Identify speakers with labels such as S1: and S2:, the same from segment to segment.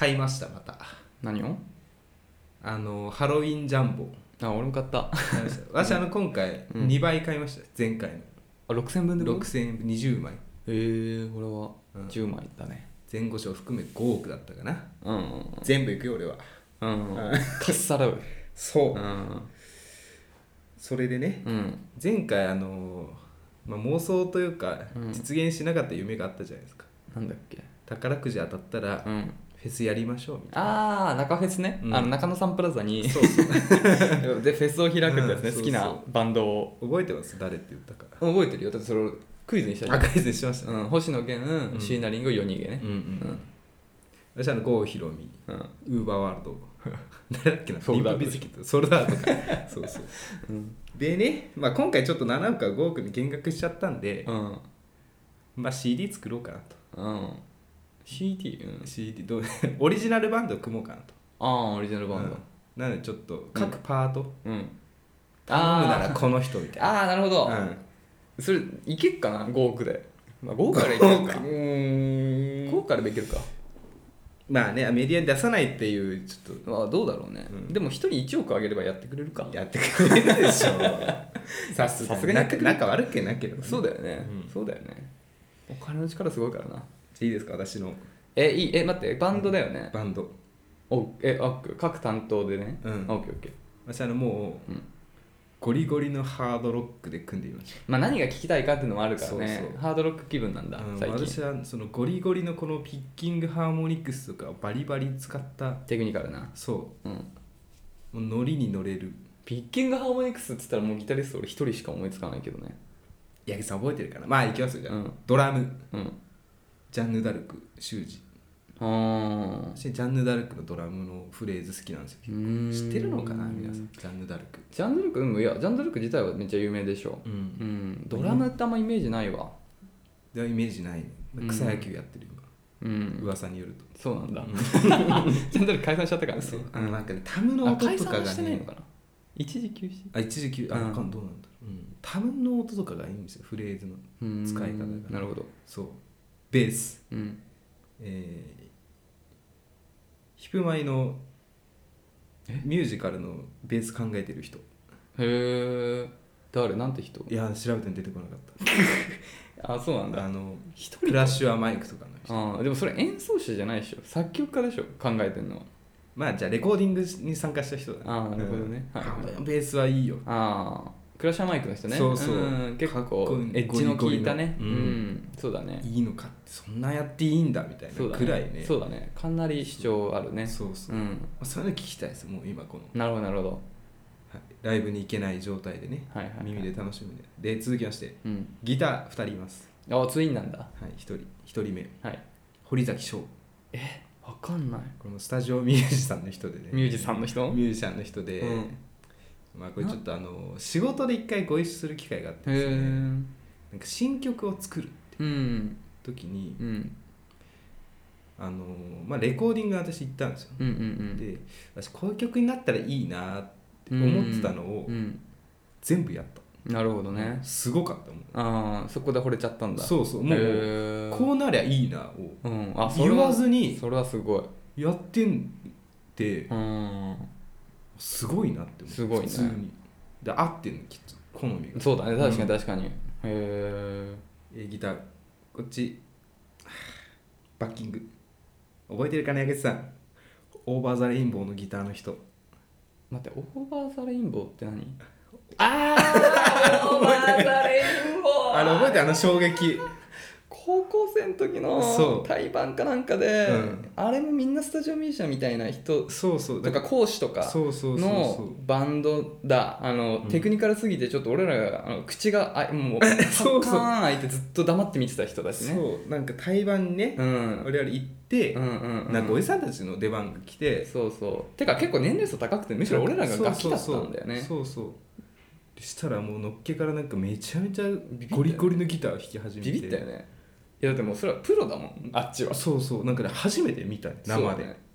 S1: 買いましたまた。
S2: 何を？
S1: ハロウィンジャンボ。
S2: あ、俺も買った。
S1: 私今回2倍買いました、前回の。
S2: あ、6000分で
S1: 6000円分20枚。
S2: 俺は10枚だね。
S1: 前後賞含め5億だったかな。
S2: うん。
S1: 全部いくよ俺は。
S2: かっさらう。
S1: そう。それでね、前回妄想というか、実現しなかった夢があったじゃないですか。
S2: なんだっけ？
S1: 宝くじ当たったら、フェスやりましょうみたい
S2: な。中フェスね、中野サンプラザに
S1: そうそう
S2: でフェスを開くってやつね、好きなバンドを。
S1: 覚えてます？誰って言ったか。
S2: 覚えてるよ。だってそれをクイズにしたじゃん。
S1: クイズにしましたね。
S2: 星野源、椎名林檎、夜逃げね。
S1: 私郷ひろみ、ウーバーワールド、誰だっけな、ソールドアウトか。そうそう。でね、今回ちょっと7億か5億に減額しちゃったんで、CD 作ろうかなと。
S2: CD？
S1: CD オリジナルバンドを組もうかなと。
S2: オリジナルバンド。
S1: なのでちょっと各パート、
S2: 頼
S1: むならこの人みたいな。
S2: なるほど。それいけっかな、5億で。5億からいけるか。5億からいけるか。
S1: メディアに出さないっていうちょっと
S2: どうだろうね。でも1人1億あげればやってくれるか。
S1: やってくれるでしょ。さすがに仲悪くなければ。
S2: そうだよね。そうだよね。お金の力すごいからな。
S1: いいですか、私の。
S2: いい。待って、バンドだよね。
S1: バンド。
S2: 各担当でね。
S1: オッケー。私もうゴリゴリのハードロックで組んでみました。
S2: 何が聞きたいかっていうのもあるからね。ハードロック気分なんだ、最近。
S1: 私はそのゴリゴリのこのピッキングハーモニクスとかバリバリ使った
S2: テクニカルな。
S1: そう、もうノリに乗れる。
S2: ピッキングハーモニクスって言ったらもうギタリスト俺一人しか思いつかないけどね。
S1: 八木さん覚えてるかな。いきますよじゃあ、ドラム、ジャンヌ・ダルク、修二。私ジャンヌ・ダルクのドラムのフレーズ好きなんですよ。知ってるのかな皆さん。ジャンヌ・ダルク。
S2: ジャンヌ・ダルク、いやジャンヌ・ダルク自体はめっちゃ有名でしょ。ドラムってあんまイメージないわ。
S1: ではイメージない。草野球やってる今。噂によると。
S2: そうなんだ。ジャンヌ・ダルク解散しちゃったからね。
S1: なんかね、タムの音とかがね。
S2: 解散してないのかな。一時休止。
S1: 一時休止。どうなんだろう。タムの音とかがいいんですよ。フレーズの使い方が。
S2: なるほど。
S1: そう。ベース。ヒプマイのミュージカルのベース考えてる人。
S2: へえ。誰？なんて人？
S1: いや調べても出てこなかった。
S2: そうなんだ。
S1: クラッシュアマイクとかの
S2: 人。でもそれ演奏者じゃないでしょ。作曲家でしょ、考えてんのは。
S1: じゃあレコーディングに参加した人だね。
S2: なるほどね。
S1: ベースはいいよ。
S2: クラッシャーマイクの人ね。
S1: そうそう。
S2: 結構エッジの効いたね。そうだね。
S1: いいのかって、そんなやっていいんだみたいなくらいね。
S2: そうだね。かなり主張あるね。
S1: そうそう。そういうの聞きたいです。もう今この。
S2: なるほどなるほど。
S1: ライブに行けない状態でね。耳で楽しむで。続きまして、ギター2人います。
S2: ツインなんだ。
S1: 1人目。堀崎翔。
S2: わかんない。
S1: これもスタジオミュージシャンの人でね。
S2: ミュージシャンの人？
S1: ミュージシャンの人で。これちょっと仕事で一回ご一緒する機会があってですね、なんか新曲を作るって時に、レコーディング私行ったんですよ。で私こういう曲になったらいいなって思ってたのを全部やった。
S2: なるほどね。
S1: すごかったもん。
S2: そこで惚れちゃったんだ。
S1: そうそう。もうこうなりゃいいなを言わずに
S2: それはすご
S1: いやってんで、すごいなって思う。
S2: すごいね。
S1: 普通にで合ってんの、きっと好みが。
S2: そうだね、確かに確かに。
S1: ギターこっちバッキング覚えてるかな、矢口さん。オーバーザレインボーのギターの人。
S2: 待って、オーバーザレインボーって何？オーバーザレインボー
S1: 覚えて、衝撃。
S2: 高校生の時の対バンかなんかで、あれもみんなスタジオミュージシャンみたいな人とか講師とかのバンドだ。テクニカルすぎてちょっと俺らが口がもうパッカーン開いてずっと黙って見てた人だしね。
S1: そう、なんか対バンにね、我々行って、なんかおじさんたちの出番が来て、
S2: そうそうてか結構年齢層高くてむしろ俺らが楽器だったんだよね。
S1: そうそうしたらもうのっけからなんかめちゃめちゃゴリゴリのギターを弾き始めて。
S2: ビビったよね。いやだってもうそれはプロだもん、あっちは。
S1: そうそう、なんかね初めて見た生で。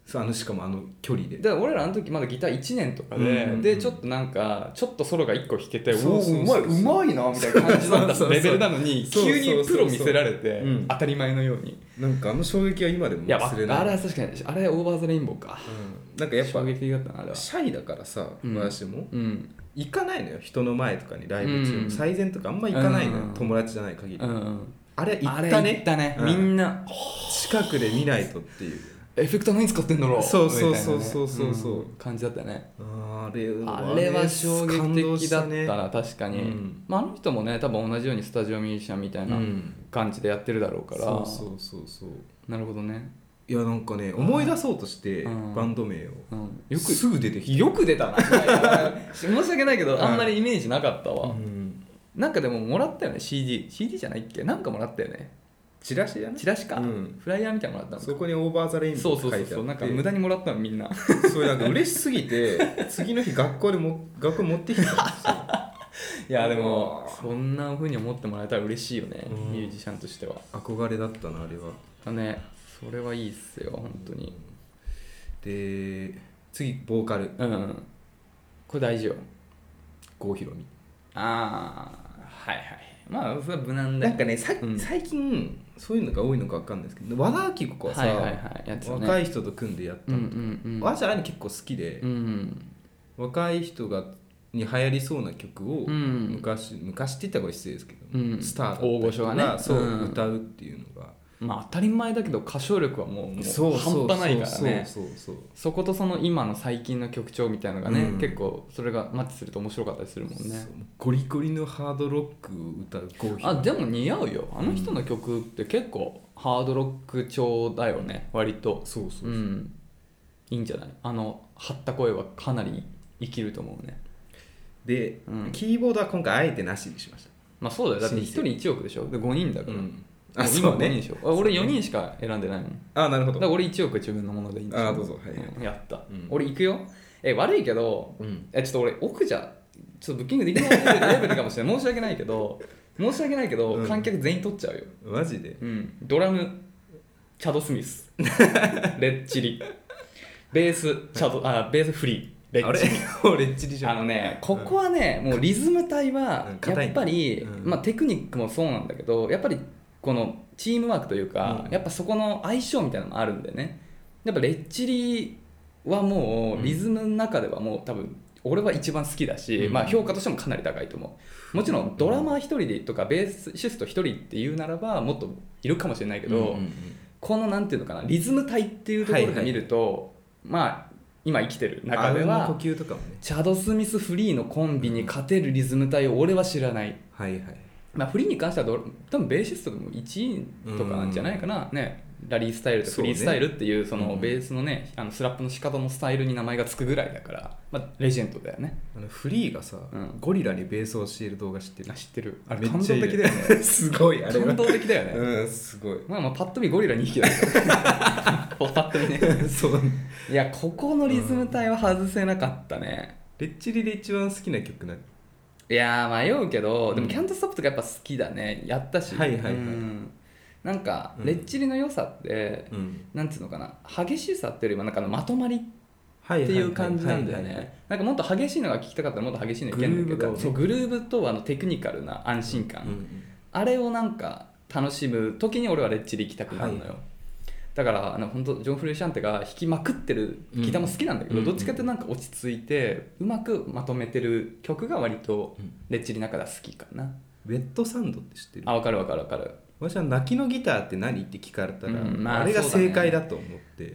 S1: しかも距離で。
S2: だから俺らあの時まだギター1年とかで、でちょっとなんかちょっとソロが1個弾けて、うまいなみたいな感じだったレベルなのに、急にプロ見せられて当たり前のように、
S1: なんか衝撃は今でも忘れない。
S2: あれは確かに、あれオーバーザレインボーか、
S1: なんかやっぱ
S2: 衝撃的だったなあれは。
S1: シャイだからさ、私も行かないのよ、人の前とかにライブ中、最前とかあんま行かないのよ、友達じゃない限り。あれ行ったね、
S2: みんな
S1: 近くで見ないとっていう。
S2: エフェクター何使ってんだろう、
S1: そう
S2: 感じだったね。
S1: あれ
S2: は衝撃的だったな、確かに。あの人もね多分同じようにスタジオミュージシャンみたいな感じでやってるだろうから。
S1: そう
S2: なるほどね。
S1: いやなんかね、思い出そうとしてバンド名をすぐ出てきた。
S2: よく出たな申し訳ないけどあんまりイメージなかったわ。なんかでももらったよね、 CD じゃないっけ、なんかもらったよね。
S1: チラシやね。
S2: チラシか、フライヤーみたいなのもらったの。
S1: そこにオーバーザレインボーって書いてあって、
S2: そうなんか無駄にもらったのみんな
S1: そうなんか嬉しすぎて次の日学校持ってきたんですよ。
S2: いやでもそんな風に思ってもらえたら嬉しいよね、ミュージシャンとしては。
S1: 憧れだったなあれは
S2: ね。それはいいっすよ本当に。
S1: で次ボーカル、
S2: これ大事よ、
S1: 郷ひろみ。
S2: はいはい、まあそれは無難だよ。
S1: なんかね最近そういうのが多いのか分かんないですけど、和田アキ子はさ、若い人と組んでやったの、私あれ結構好きで、若い人に流行りそうな曲を昔って言ったらこれ失礼ですけど、スターだった
S2: 大御所がね
S1: 歌うっていうのが、
S2: まあ当たり前だけど歌唱力はもう半端ないからね。そことその今の最近の曲調みたいなのがね、結構それがマッチすると面白かったりするもんね。
S1: ゴリゴリのハードロック歌う郷ひろみ。
S2: でも似合うよ、あの人の曲って結構ハードロック調だよね割と。いいんじゃない、張った声はかなり生きると思うね。
S1: で、キーボードは今回あえてなしにしました。
S2: まあそうだよ、だって1人1億でしょ、で5人だから、そうね、俺4人しか選んでないもん。
S1: なるほど。
S2: だから俺1億自分のものでいいんでしょ。
S1: どうぞ。
S2: やった、俺行くよ。悪いけど、ちょっと俺奥じゃちょっとブッキングできないレベルかもしれない。申し訳ないけど観客全員取っちゃうよ。
S1: マジで。
S2: ドラムチャド・スミスレッチリ、ベースフリーレッチリじゃん。ここはね、もうリズム隊はやっぱり、テクニックもそうなんだけど、やっぱりこのチームワークというか、やっぱそこの相性みたいなのもあるんでね。やっぱレッチリはもうリズムの中ではもう多分俺は一番好きだし、評価としてもかなり高いと思う。もちろんドラマー1人でとかベースシスト1人っていうならばもっといるかもしれないけど、このなんていうのかな、リズム隊っていうところで見ると、今生きてる中では
S1: 呼吸とかもね、
S2: チャド・スミス・フリーのコンビに勝てるリズム隊を俺は知らない。フリーに関しては多分ベーシストでも1位とかなんじゃないかな、ラリースタイルとフリースタイルっていうそのベースのね、スラップの仕方のスタイルに名前がつくぐらいだから、レジェンドだよね。
S1: フリーがさ、ゴリラにベースを教える動画知ってる？
S2: 知ってる。
S1: あれ感動的だよね。すごい、あれは
S2: 感動的だよね。
S1: すごい。
S2: パッと見ゴリラ2匹だよパッと見ね。いや、ここのリズム隊は外せなかったね。
S1: レッチリで一番好きな曲何？
S2: いや迷うけど、でもキャントストップとかやっぱ好きだね。やったし。なんかレッチリの良さって、なんていうのかな、激しさっていうよりもなんかまとまりっていう感じなんだよね。なんかもっと激しいのが聞きたかったらもっと激しいのいけるんだけど、グルーブとテクニカルな安心感、あれをなんか楽しむ時に俺はレッチリ行きたくなるのよ。だから本当ジョン・フルシャンテが弾きまくってるギターも好きなんだけど、どっちかってなんか落ち着いてうまくまとめてる曲が割とレッチリの中では好きかな。
S1: ウェットサンドって知ってる？
S2: 分かる。
S1: 私は泣きのギターって何って聞かれたら、あれが正解だと思って。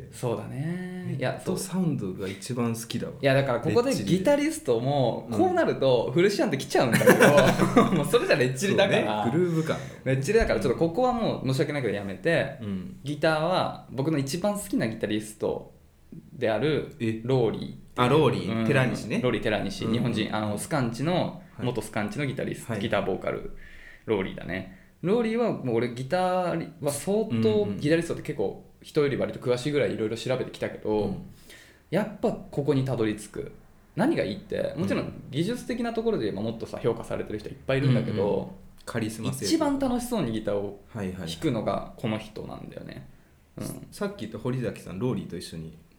S2: そうだね。
S1: ウェットサウンドが一番好きだわ。
S2: いやだからここでギタリストもこうなるとフルシャンテ来ちゃうんだけど、もうそれじゃレッチリだから、
S1: グルーヴ感
S2: レッチリだからちょっとここはもう申し訳ないけどやめて、ギターは僕の一番好きなギタリストであるローリー
S1: 寺西ね。
S2: ローリー寺西、日本人、スカンチの元スカンチのギタリスト、ギターボーカルローリーだね。ローリーはもう俺ギターは相当ギタリストって結構人より割と詳しいぐらいいろいろ調べてきたけど、やっぱここにたどり着く。何がいいってもちろん技術的なところでもっとさ評価されてる人いっぱいいるんだけど、
S1: カリスマ性
S2: 一番楽しそうにギターを弾くのがこの人なんだよね。
S1: さっき言った堀崎さんローリーと一緒に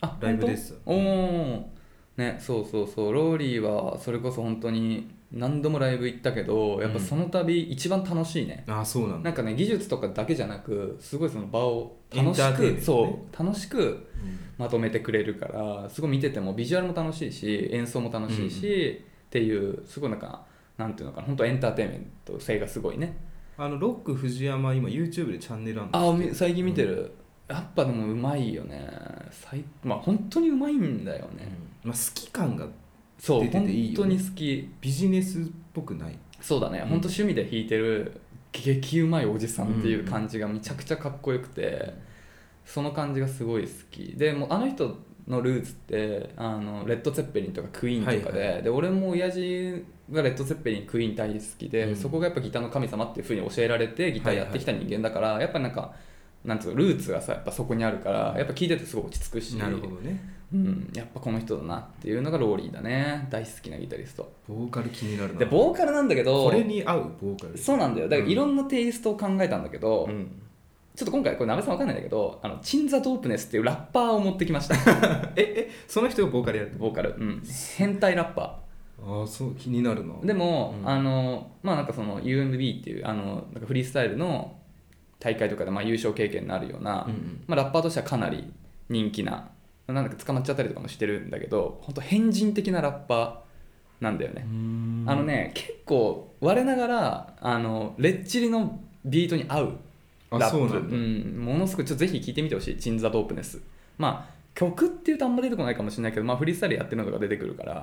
S1: ライブです
S2: おおね、そうそうそう、ローリーはそれこそ本当に何度もライブ行ったけど、やっぱその度一番楽しいね、
S1: あ、そうなんだ。
S2: なんかね、技術とかだけじゃなく、すごいその場を楽しく、そう楽しくまとめてくれるから、すごい見ててもビジュアルも楽しいし演奏も楽しいし、っていうすごいなんていうのかな、本当エンターテインメント性がすごいね。
S1: ロック藤山今 YouTube でチャンネルあるんです
S2: よ。最近見てる、やっぱでもうまいよね。まあ本当にうまいんだよね、
S1: まあ、好き感が出てていいよね。
S2: そう本当に好き。
S1: ビジネスっぽくない。
S2: そうだね、本当趣味で弾いてる激うまいおじさんっていう感じがめちゃくちゃかっこよくて、その感じがすごい好きで、もうあの人のルーツってレッド・ツェッペリンとかクイーンとかで、で俺も親父がレッド・ツェッペリンクイーン大好きで、そこがやっぱギターの神様っていう風に教えられてギターやってきた人間だから、やっぱなんていうの、ルーツがさやっぱそこにあるから、やっぱ聴いててすごい落ち着くし、
S1: なるほどね、
S2: やっぱこの人だなっていうのがローリーだね。大好きなギタリスト。
S1: ボーカル気になるな。
S2: でボーカルなんだけど、
S1: これに合うボーカル。
S2: そうなんだよ、だからいろんなテイストを考えたんだけど、ちょっと今回これ鍋さん分かんないんだけど、チンザ・ドープネスっていうラッパーを持ってきました
S1: その人がボーカルやる。
S2: ボーカル、変態ラッパ
S1: ー。ああ、そう、気になるな。
S2: でも、まあなんかその UMB っていうなんかフリースタイルの大会とかでまあ優勝経験のあるような、まあ、ラッパーとしてはかなり人気な、なんだか捕まっちゃったりとかもしてるんだけど、本当変人的なラッパーなんだよね。結構我ながらレッチリのビートに合うラップ、ものすごいちょっとぜひ聴いてみてほしい。チンザ・ドープネス。まあ曲っていうとあんま出てこないかもしれないけど、まあ、フリースタイルやってるのとか出てくるから、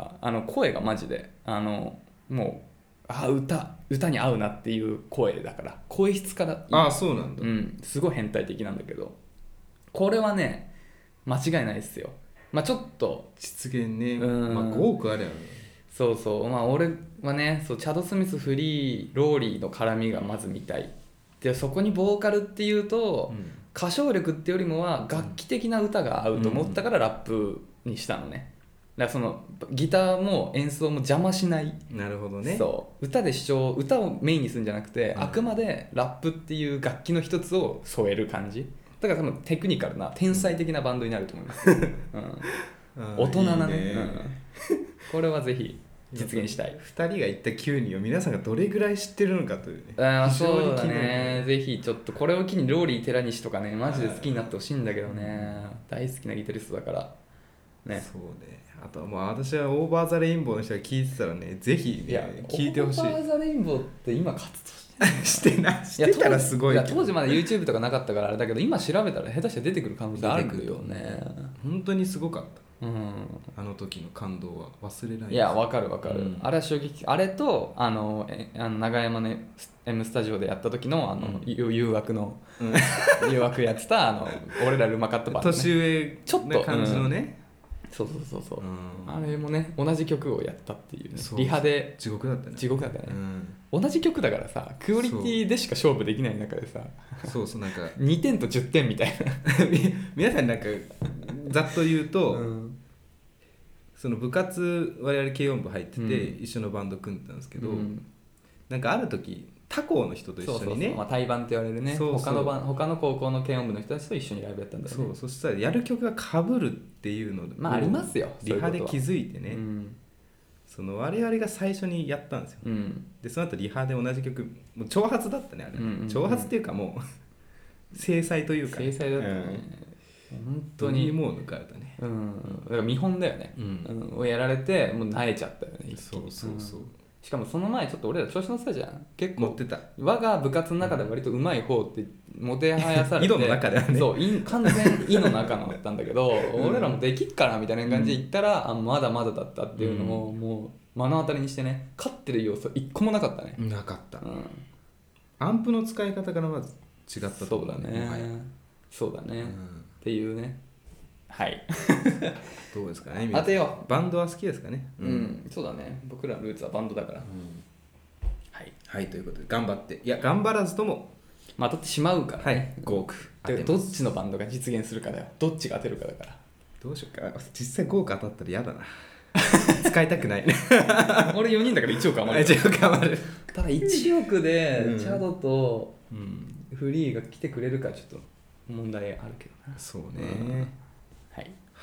S2: 声がマジでもう歌に合うなっていう声だから、声質から
S1: ああ、そうなんだ、
S2: すごい変態的なんだけど、これはね間違いないですよ。まあちょっと
S1: 実現ね、まあ5億あるやろ。
S2: そうそう、まあ俺はね、そうチャド・スミス、フリー、ローリーの絡みがまず見たい。でそこにボーカルっていうと、歌唱力っていうよりもは楽器的な歌が合うと思ったからラップにしたのね。だからそのギターも演奏も邪魔しない。
S1: なるほどね。
S2: そう歌をメインにするんじゃなくて、あくまでラップっていう楽器の一つを添える感じだから、多分テクニカルな天才的なバンドになると思います、大人なね、これはぜひ実現したい。
S1: 2人が言った9人を皆さんがどれぐらい知ってるのかというね。
S2: そうだね。ぜひちょっとこれを機にローリー・寺西とかね、マジで好きになってほしいんだけどね。大好きなギタリストだからね。
S1: そうね。あとまあ私はオーバーザレインボーの人が聞いてたらね、ぜひね聞いてほしい。
S2: オーバーザレインボーって今活動
S1: してたらすごい。
S2: 当時まだ YouTube とかなかったからあれだけど、今調べたら下手して出てくる可能性あるよね。
S1: 本当にすごかった。あの時の感動は忘れない。
S2: いや、わかる、あれは衝撃。あれと長山の M スタジオでやった時の誘惑誘惑やってた俺らルマカットバンド、
S1: 年上な感じのね。
S2: そう、あれもね同じ曲をやったっていうね。リハで
S1: 地獄だったね。
S2: 同じ曲だからさ、クオリティでしか勝負できない中でさ、
S1: そうなんか
S2: 2点と10点みたいな
S1: 皆さんなんかざっと言うと、その部活我々軽音部入ってて、一緒のバンド組んでたんですけど、なんかある時他校の人と一緒にね、
S2: 対バンって言われるね、他の高校の軽音部の人たちと一緒にライブやったんだよね。
S1: そしたらやる曲が被るっていうの
S2: まあありますよ、
S1: リハで気づいてね、その我々が最初にやったんですよ、でその後リハで同じ曲、もう挑発だったねあれ、挑発っていうかもう制裁というか、
S2: 制裁だったね、本当に
S1: もう抜かれたね、
S2: だから見本だよね、をやられてもう萎えちゃったよね。
S1: そう
S2: しかもその前ちょっと俺ら調子乗ってたじゃん。結構
S1: 乗ってた。
S2: 我が部活の中で割と上手い方ってもてはやされて
S1: 井戸の中ではね、
S2: そう完全井の中のだったんだけど俺らもできっかなみたいな感じで言ったら、まだまだだったっていうのをもう目の当たりにしてね、勝ってる要素一個もなかったね。
S1: なかった、アンプの使い方からまず違ったと
S2: 思う。そうだね、っていうね。はい
S1: どうですかね。
S2: 当てよ
S1: う。バンドは好きですかね。
S2: そうだね。僕らのルーツはバンドだから、
S1: はい、ということで頑張って、いや頑張らずとも
S2: 当たってしまうからね、
S1: 5億
S2: 当てます。どっちのバンドが実現するかだよ。どっちが当てるかだから。
S1: どうしようか。実際5億当たったら嫌だな使いたくない
S2: 俺4人だから1億余る。
S1: 1億余る。
S2: ただ1億でチャドとフリーが来てくれるかちょっと問題あるけどな。
S1: そうね、
S2: はい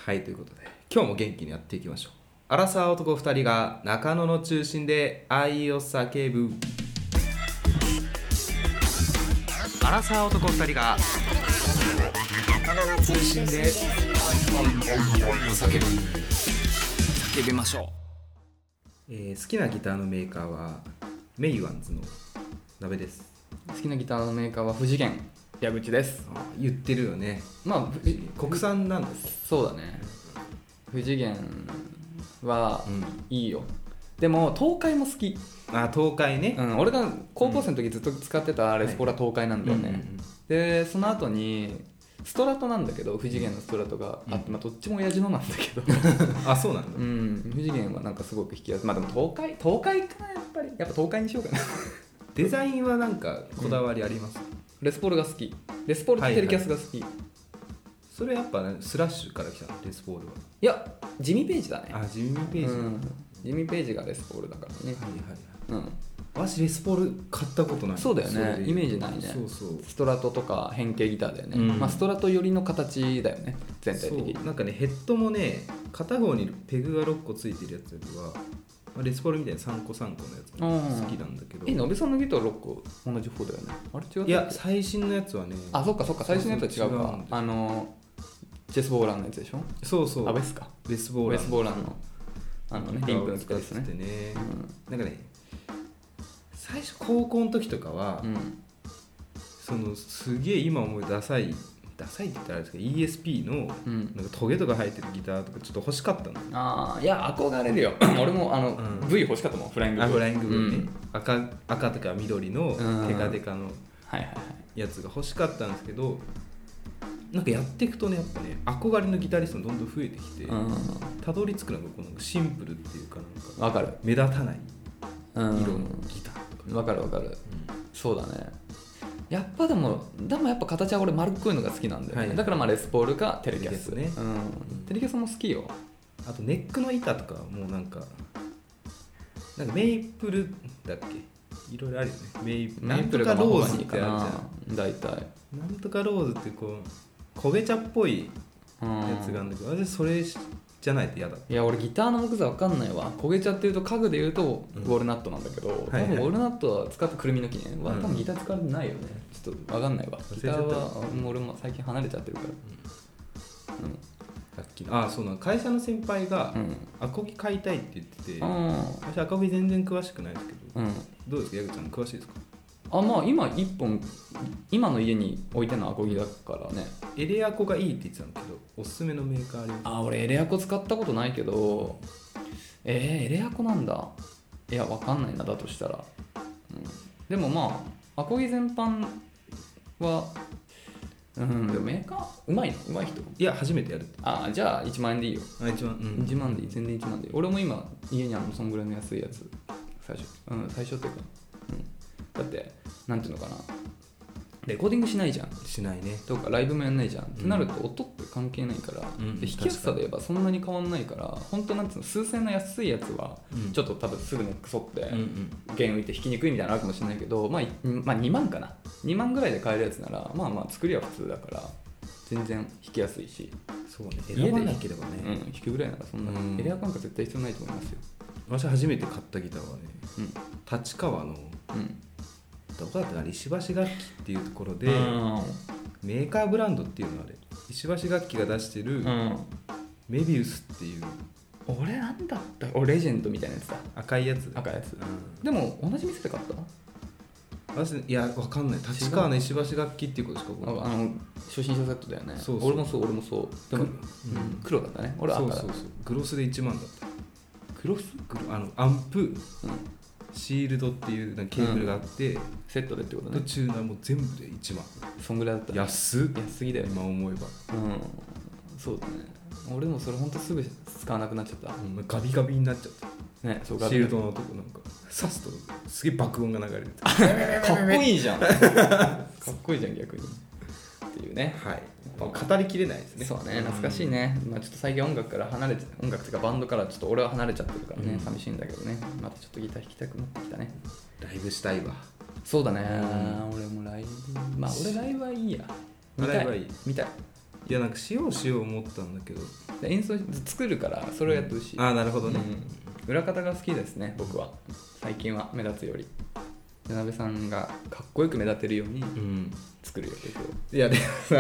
S1: はいということで今日も元気にやっていきましょう。アラサー男2人が中野の中心で愛を叫ぶ。アラサー男2人が中野の中心で愛を叫びましょう。好きなギターのメーカーはメイワンズの鍋です。
S2: 好きなギターのメーカーは富士源矢口です。
S1: 言ってるよね。まあ国産なんです。
S2: そうだね。富士源はいいよ、でも東海も好き。
S1: 東海ね、
S2: 俺が高校生の時ずっと使ってたレスポールは東海なんだよね、でその後にストラトなんだけど富士源のストラトがあって、どっちも親父のなんだけど
S1: そうなんだ、
S2: 富士源はなんかすごく引きやすい。でも東海かな、やっぱり東海にしようかな
S1: デザインはなんかこだわりあります？
S2: レスポールが好き。レスポールとテレキャスが好き、
S1: それやっぱ、ね、スラッシュから来たのレスポールは。
S2: いやジミーページだね。
S1: ジミーページ、
S2: ジミーページがレスポールだからね。
S1: 私レスポール買ったことない。
S2: そうだよね、イメージないね。そうストラトとか変形ギターだよね、ストラト寄りの形だよね全体的に。
S1: なんかねヘッドもね片方にペグが6個ついてるやつよりはレスポールみたいな3個3個のやつも好きなんだけど。
S2: のべさんのギター6個同じ方だよね。あれ違う？
S1: いや最新のやつはね。
S2: そっか最新のやつは違うか。チェスボーランのやつでしょ。
S1: そう
S2: ベスか。
S1: ベスボーラン
S2: のリンクのやつですね。
S1: なんかね最初高校の時とかは、そのすげえ今思うダサいって言ったらあれですけど ESP のなんかトゲとか生えてるギターとかちょっと欲しかったの。
S2: いや憧れるよ俺もV 欲しかったもん。フライング V。
S1: フライング V ね、赤とか緑のテカテカのやつが欲しかったんですけど、なんかやっていくとねやっぱね憧れのギタリストがどんどん増えてきて、たどり着くのがこのシンプルっていうかなんか目立たない色のギターとか。
S2: わかる、そうだね。やっぱでもやっぱ形は俺丸っこいのが好きなんだよね、だからレスポールかテレキャスね、テレキャスも好きよ。
S1: あとネックの板とかもうなんかメイプルだっけ、いろいろあるよね。メイプルがローズってあるじゃん大体。なんとかローズってこう焦げ茶っぽいやつがあるんだけど、私それじゃないと嫌だ。
S2: いや俺ギターの木材わかんないわ。焦げ茶っていうと家具でいうとウォルナットなんだけど、多分ウォルナットは使ったくるみの木ね、多分ギター使われてないよね。ちょっとわかんないわ。ギターは俺も最近離れちゃってるから。
S1: そうなの。会社の先輩がアコギ買いたいって言ってて、私アコギ全然詳しくないですけど、どうですか矢口さん詳しいですか？
S2: 今の家に置いてるのアコギだからね。
S1: エレアコがいいって言ってたんだけど、おすすめのメーカーありますか？
S2: 俺エレアコ使ったことないけど、エレアコなんだ。いやわかんないな、だとしたら、でもアコギ全般はでもメーカーうまい人。
S1: いや初めてやるって。
S2: じゃあ1万円でいいよ。
S1: 1万
S2: でいい、全然1万でいい。俺も今家にそんぐらいの安いやつ最初っていうか、だってなんていうのかな、レコーディングしないじゃん。
S1: しないね。
S2: とかライブもやんないじゃん、ってなると音って関係ないから、で弾きやすさで言えばそんなに変わんないから、本当なんていうの、数千の安いやつはちょっと多分すぐネック反って弦浮いて弾きにくいみたいなのあるかもしれないけど、2万かな、2万ぐらいで買えるやつなら作りは普通だから全然弾きやすいし。
S1: そうね、選ばなければね、
S2: 弾くぐらいならそんなエレアコなんか絶対必要ないと思いますよ。
S1: 私初めて買ったギターはね、立川のどこだったかな、石橋楽器っていうところで、メーカーブランドっていうのあれ、石橋楽器が出してるメビウスっていう、
S2: 俺なんだった俺レジェンドみたいなやつだ。
S1: 赤いやつ、
S2: でも同じ店で買った？
S1: いやわかんない。立川の石橋楽器っていうことしか僕
S2: 初心者セットだよね。俺もそうでも黒だったね。俺赤だ。
S1: グロスで1万だった。
S2: グロス？
S1: アンプ、シールドっていうケーブルがあって、
S2: セットでってことね。
S1: チューナーも全部で1万。
S2: そんぐらいだった。
S1: 安
S2: すぎだよ
S1: 今思えば。
S2: そうだね。俺もそれ本当すぐ使わなくなっちゃった。
S1: ガビガビになっちゃった。
S2: ね、
S1: シールドのとこなんか刺すとすげえ爆音が流れる
S2: かっこいいじゃんかっこいいじゃん逆にっていうね。
S1: 語りきれないですね。
S2: そうね、懐かしいね。ちょっと最近音楽から離れて、音楽というかバンドからちょっと俺は離れちゃってるからね、寂しいんだけどね。またちょっとギター弾きたくなってきたね。
S1: ライブしたいわ。
S2: そうだね、俺もライブ、俺ライブはいいや。見たい。
S1: いやなんかしよう思ったんだけど、
S2: 演奏作るからそれをやってほしい、
S1: ああなるほどね、
S2: 裏方が好きですね僕は。最近は目立つよりなべさんがかっこよく目立てるように作るよ曲を、
S1: いやでもさ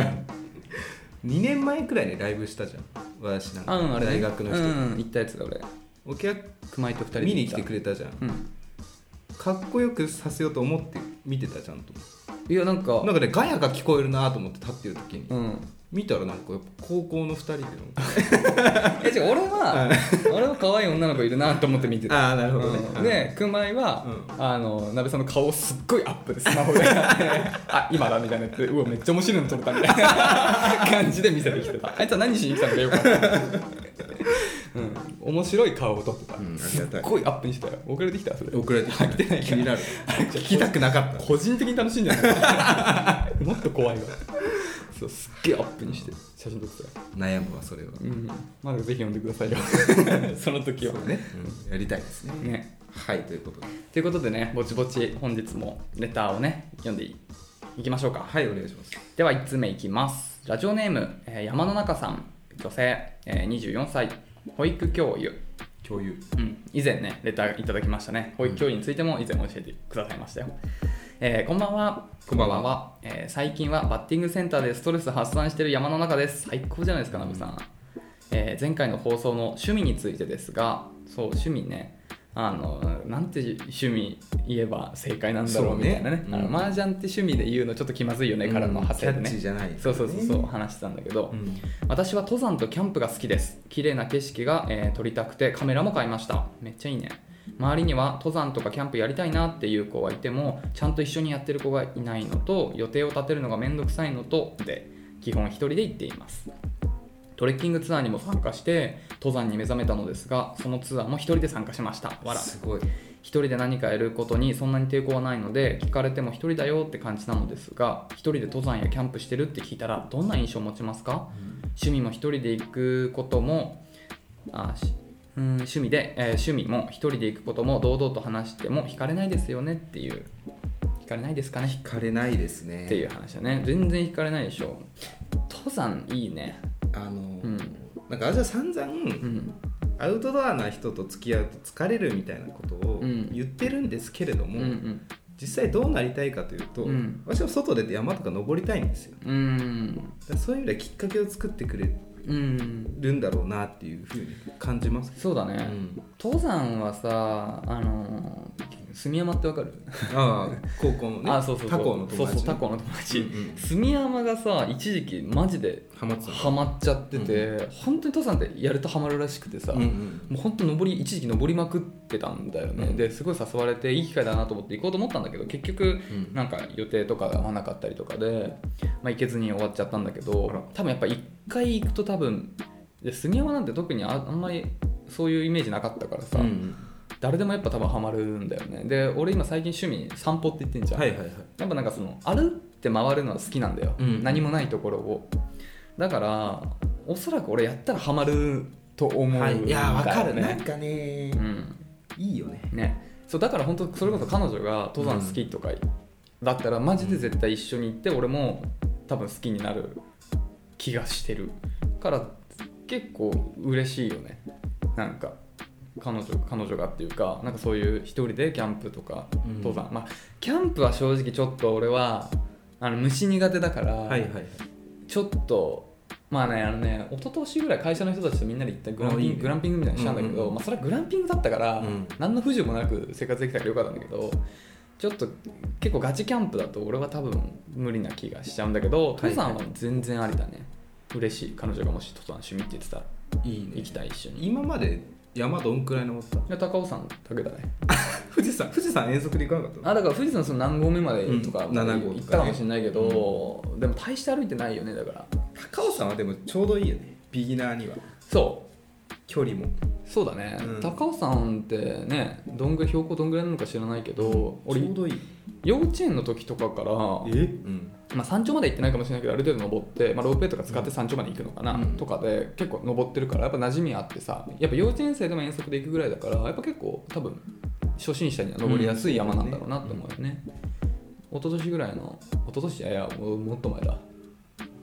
S1: 2年前くらいにライブしたじゃん私なんか、
S2: あれね、
S1: 大学の人、
S2: 行ったやつだ俺。
S1: お客
S2: 熊井と2人で
S1: 見に来てくれたじゃん、かっこよくさせようと思って見てたちゃんと。
S2: いやなんか
S1: ねガヤが聞こえるなと思って立ってる時に、見たらなんかやっぱ高校の2人での
S2: 違う俺は可愛い女の子いるなと思って見てた。
S1: ああなるほどね、
S2: で熊井は、なべさんの顔をすっごいアップでスマホであ今だみたいなやつでうわめっちゃ面白いの撮れたみたいな感じで見せてきてた。あいつは何しに来たのかよかった面白い顔を撮ってた、すっごいアップにしたよ。送られてきたそれ。
S1: 送られてきた。
S2: 来てない
S1: 気になる聞きたくなかった。
S2: 個人的に楽しんでないもっと怖いわ。そうすっげえアップにして写真撮ってたよ。
S1: 悩むわそれは、
S2: まだぜひ読んでくださいよその時は
S1: ね、やりたいですね。はいということで
S2: ね、ぼちぼち本日もレターをね読んでいきましょうか。
S1: はいお願いします。
S2: では1つ目いきます。ラジオネーム、山の中さん、女性、24歳、保育教諭、以前ねレターいただきましたね。保育教諭についても以前教えてくださいましたよ。こんばんは。最近はバッティングセンターでストレス発散している山の中です。最高じゃないですか、なべさん。前回の放送の趣味についてですが、そう趣味ね、なんて趣味言えば正解なんだろうみたいなね。麻雀って趣味で言うのちょっと気まずいよね、からの派生でね。
S1: キャッチじゃない、
S2: そう話してたんだけど、私は登山とキャンプが好きです。綺麗な景色が、撮りたくてカメラも買いました。めっちゃいいね。周りには登山とかキャンプやりたいなっていう子はいてもちゃんと一緒にやってる子がいないのと予定を立てるのがめんどくさいのとで基本一人で行っています。トレッキングツアーにも参加して登山に目覚めたのですが、そのツアーも一人で参加しました。
S1: すごい。
S2: 一人で何かやることにそんなに抵抗はないので聞かれても一人だよって感じなのですが、一人で登山やキャンプしてるって聞いたらどんな印象を持ちますか？趣味も一人で行くことも趣味も一人で行くことも堂々と話しても惹かれないですよねっていう。惹かれないですかね？
S1: 惹かれないですね
S2: っていう話だね。全然惹かれないでしょ。登山いいね。
S1: なんか私は散々、アウトドアな人と付き合うと疲れるみたいなことを言ってるんですけれども、実際どうなりたいかというと、私は外出て山とか登りたいんですよ。そういう意味ではきっかけを作ってくれるんだろうなっていうふうに感じます。
S2: そうだね、登山はさ住山ってわかる？
S1: 高校のね。
S2: そう他校の友達、住山がさ一時期マジでハマっちゃってて、本当に登山ってやるとハマるらしくてさ、もう本当一時期登りまくってたんだよね。ですごい誘われていい機会だなと思って行こうと思ったんだけど、結局なんか予定とかが合わなかったりとかで、行けずに終わっちゃったんだけど、多分やっぱ一回行くと多分住山なんて特にあんまりそういうイメージなかったからさ、誰でもやっぱ多分ハマるんだよね。で俺今最近趣味散歩って言ってんじゃん、やっぱなんかその歩って回るのは好きなんだよ、何もないところを。だからおそらく俺やったらハマると思うんだよね。
S1: いや分かる。なんかね、いいよね。
S2: そうだから本当それこそ彼女が登山好きとかだったらマジで絶対一緒に行って俺も多分好きになる気がしてるから結構嬉しいよね。なんか彼女がっていうか、なんかそういう一人でキャンプとか登山、キャンプは正直ちょっと俺は虫苦手だから、ちょっと一昨年ぐらい会社の人たちとみんなで行ったグランピングみたいにしたんだけど、それはグランピングだったから、何の不自由もなく生活できたからよかったんだけど、ちょっと結構ガチキャンプだと俺は多分無理な気がしちゃうんだけど、登山は全然ありだね。嬉しい。彼女がもし登山趣味って言ってたらいいね、行きたい一緒に。
S1: 今まで山どんくらい登った？い
S2: や高尾山だけだね
S1: 富士山遠足で行かなかったの？
S2: だから富士山その何合目までとか、
S1: 7合
S2: 行ったかもしれないけど、でも大して歩いてないよね。だから
S1: 高尾山はでもちょうどいいよね、ビギナーには。
S2: そう
S1: 距離も
S2: そうだね、高尾山ってね標高どんぐらいなのか知らないけど、
S1: ちょうどいい。
S2: 幼稚園の時とかから山頂まで行ってないかもしれないけどある程度登って、ロープウェイとか使って山頂まで行くのかな、とかで結構登ってるからやっぱ馴染みあってさ、やっぱ幼稚園生でも遠足で行くぐらいだからやっぱ結構多分初心者には登りやすい山なんだろうなって思うよね。一昨年ぐらいのもっと前だ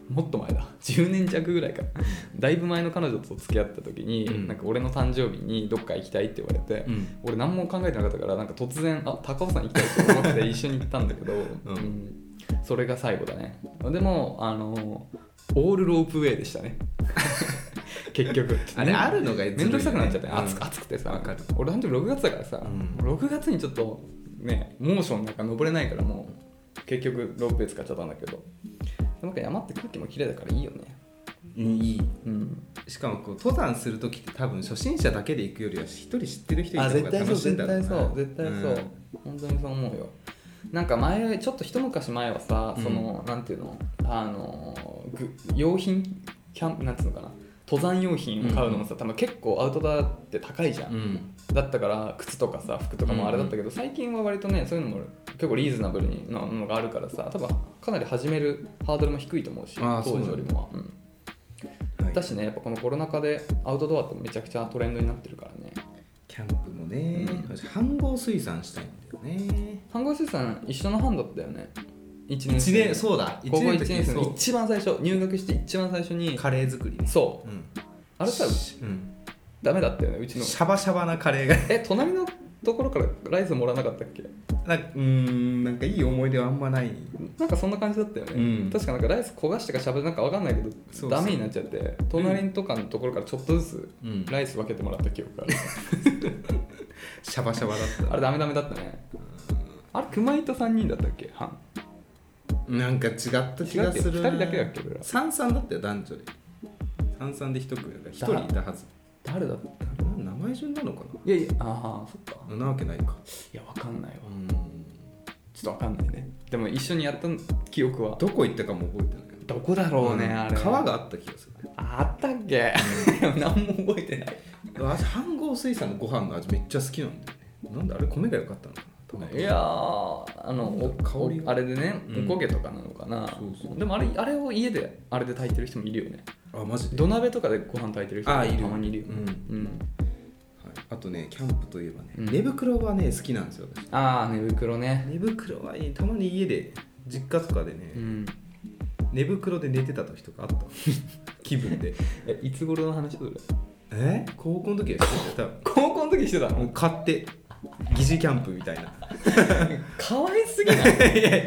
S2: もっと前だ10年弱ぐらいかだいぶ前の彼女と付き合った時に、なんか俺の誕生日にどっか行きたいって言われて、俺何も考えてなかったからなんか突然高尾山行きたいと思って一緒に行ったんだけど、それが最後だね。でもオールロープウェイでしたね結局
S1: あれあるのが
S2: 面倒くさくなっちゃって、暑くてさ、俺誕生日6月だからさ、6月にちょっとねモーションなんか登れないからもう結局ロープウェイ使っちゃったんだけど、なんか山って空気も綺麗だからいいよね。
S1: いい、しかもこう登山するときって多分初心者だけで行くよりは一人知ってる人いた方が楽しいんだろうな。
S2: 絶対そう、本当にそう思うよ。なんか前ちょっと一昔前はさ、そのなんていうの用品なんていうのかな、登山用品を買うのもさ、多分結構アウトドアって高いじゃん、だったから靴とかさ服とかもあれだったけど、最近は割とねそういうのも結構リーズナブルなのがあるからさ、多分かなり始めるハードルも低いと思うし、当時よりもだしね、やっぱこのコロナ禍でアウトドアってめちゃくちゃトレンドになってるからね。
S1: キャンプもね、飯合水産したいんだよね。
S2: 飯合水産一緒の班だったよね。1
S1: 年そうだ、
S2: 高校1年生の一番最初入学して一番最初に
S1: カレー作りね。
S2: そう、あれさ、ダメだったよね、うちの
S1: シャバシャバなカレーが
S2: 隣のところからライスもらわなかったっけ。
S1: なんかいい思い出はあんまない。
S2: なんかそんな感じだったよね、確かなんかライス焦がしてかしゃべるなんか分かんないけどダメになっちゃって、隣とかのところからちょっとずつライス分けてもらった記憶がある、
S1: シャバシャバだった。
S2: あれダメだったね。あれ熊井と3人だったっけ。
S1: なんか違った気がする。
S2: 2人だけだっけ。
S1: 三々だったよ、男女で。三々で1組だから1人いたはず。
S2: 誰だった？
S1: 名前順なのかな。
S2: いやそっか。
S1: なわけないか。
S2: いや分かんないわ。ちょっと分かんないね。でも一緒にやった記憶は
S1: どこ行ったかも覚えてない。
S2: どこだろうね、あれ。
S1: 川があった気がする。
S2: あったっけ何も覚えてない。
S1: 飯合水産のご飯の味めっちゃ好きなんだよね。なんであれ米が良かったのかな。
S2: いや香りあれでね、おこげとかなのかな。でもあれを家であれで炊いてる人もいるよね。
S1: マジで。
S2: 土鍋とかでご飯炊いてる人もたまにいるよ。
S1: あとね、キャンプといえばね、寝袋はね好きなんですよ。
S2: 寝袋ね。
S1: 寝袋はいい。たまに家で実家とかでね、寝袋で寝てた時とかあった気分で。
S2: いつ頃の話それ？
S1: 高校の時はしてたよ。
S2: 高校の時してたの？
S1: もう買って疑似キャンプみたいな。
S2: かわいすぎない？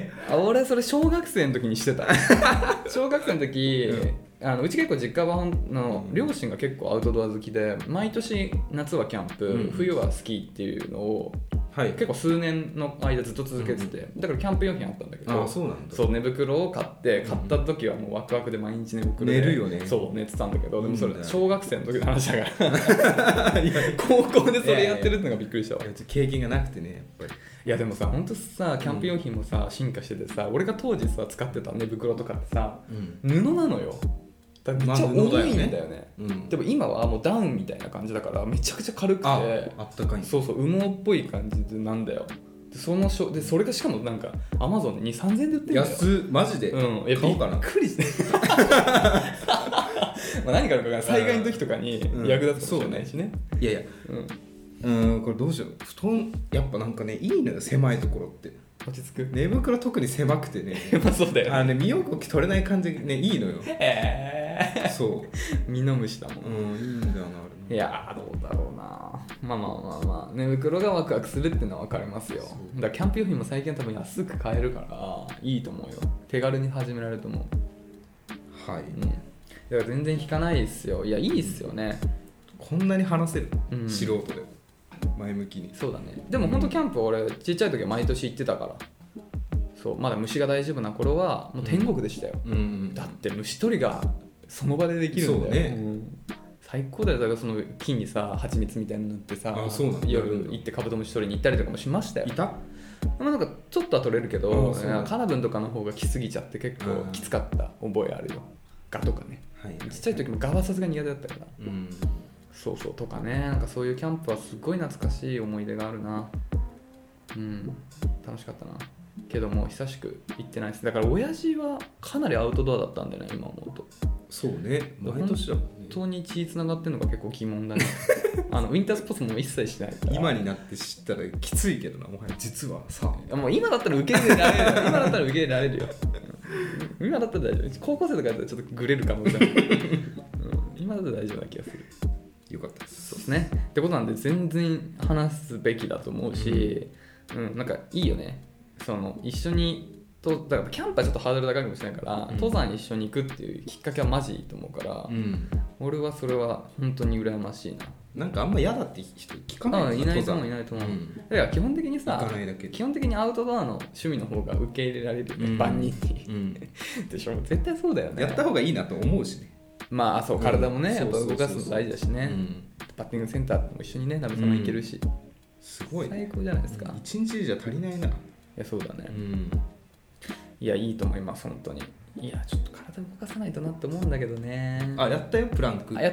S2: 俺それ小学生の時にしてた。小学生の時、うち結構実家の両親が結構アウトドア好きで、毎年夏はキャンプ、冬はスキーっていうのを結構数年の間ずっと続けてて、だからキャンプ用品あったんだけど、そう寝袋を買った時はもうワクワクで毎日寝袋で
S1: 寝るよね。
S2: そう寝てたんだけど、でもそれ小学生の時の話だから高校でそれやってるってのがびっくりしたわ。
S1: 経験がなくてね、やっぱり。
S2: いやでもさ、ほんとさキャンプ用品もさ進化しててさ、俺が当時さ使ってた寝袋とかってさ、布なのよ。だからめっちゃ重いんだよね。でも今はもうダウンみたいな感じだからめちゃくちゃ軽くて、あ
S1: ったかい。
S2: そう羽毛っぽい感じでなんだよ。でそれがしかもなんかアマゾンで2、3000円で売ってるんだよ。
S1: 安マジで。買おうかな。
S2: びっくりして。何かあるかが災害の時とかに役立つかもしれないしね。
S1: いやこれどうしよう。布団やっぱなんかねいいのよ、狭いところって。
S2: 落ち着く。
S1: 寝袋特に狭くてね。
S2: そうだよね。
S1: 身動き取れない感じね、いいのよ。そう
S2: ミノムシだもん。
S1: いいんだよな、あれ。
S2: いやどうだろうな。まあ寝袋がワクワクするっていうのは分かりますよ。だからキャンプ用品も最近多分安く買えるからいいと思うよ。手軽に始められると思う。
S1: はい。
S2: だから全然引かないですよ。いやいいっすよね。
S1: こんなに話せる、素人で前向きに。
S2: そうだね。でも本当キャンプ俺ちっちゃい時は毎年行ってたから、そうまだ虫が大丈夫な頃はもう天国でしたよ。だって虫取りがその場でできるんだよ。そうね。最高だよ。だからその木にさ蜂蜜みたいなの塗ってさ、夜行ってカブトムシ取りに行ったりとかもしましたよ。
S1: いた？
S2: なんかちょっとは取れるけど、カナブンとかの方が来すぎちゃって結構きつかった覚えあるよ。ガとかね。ちっちゃい時もガはさすがに苦手だったから。そうとかね、なんかそういうキャンプはすごい懐かしい思い出があるな。楽しかったな。けどもう久しく行ってないです。だから親父はかなりアウトドアだったんだよね、今思うと。
S1: そうね、毎年だもんね。
S2: 本当に血つながってるのが結構疑問だね。ウィンタースポーツも一切しないから。
S1: 今になって知ったらきついけどな、もはや実はさ。
S2: もう今だったら受け入れられるよ。今だったら受け入れられるよ。 今だったら大丈夫。高校生とかだったらちょっとグレるかもしれない、今だったら大丈夫な気がする。
S1: よかったです。
S2: そうですね。ってことなんで全然話すべきだと思うし、なんかいいよね。その一緒にとだからキャンプはちょっとハードル高いかもしれないから、登山一緒に行くっていうきっかけはマジいいと思うから、俺はそれは本当に羨ましいな。
S1: なんかあんま嫌だって人聞かない。
S2: いないと思ういないと思う。だから基本的にさ、基本的にアウトドアの趣味の方が受け入れられるよね、万人に。でしょ、絶対そうだよね。
S1: やった方がいいなと思うしね。
S2: まあそう、体もね、やっぱ動かすの大事だしね。バッティングセンターも一緒にね、ナベさんも行けるし、
S1: すごい
S2: 最高じゃないですか。
S1: 一日じゃ足りないな。い
S2: や、そうだね。いや、いいと思います、本当に。いや、ちょっと体動かさないとなって思うんだけどね。
S1: あ、やったよ、プランク。
S2: やった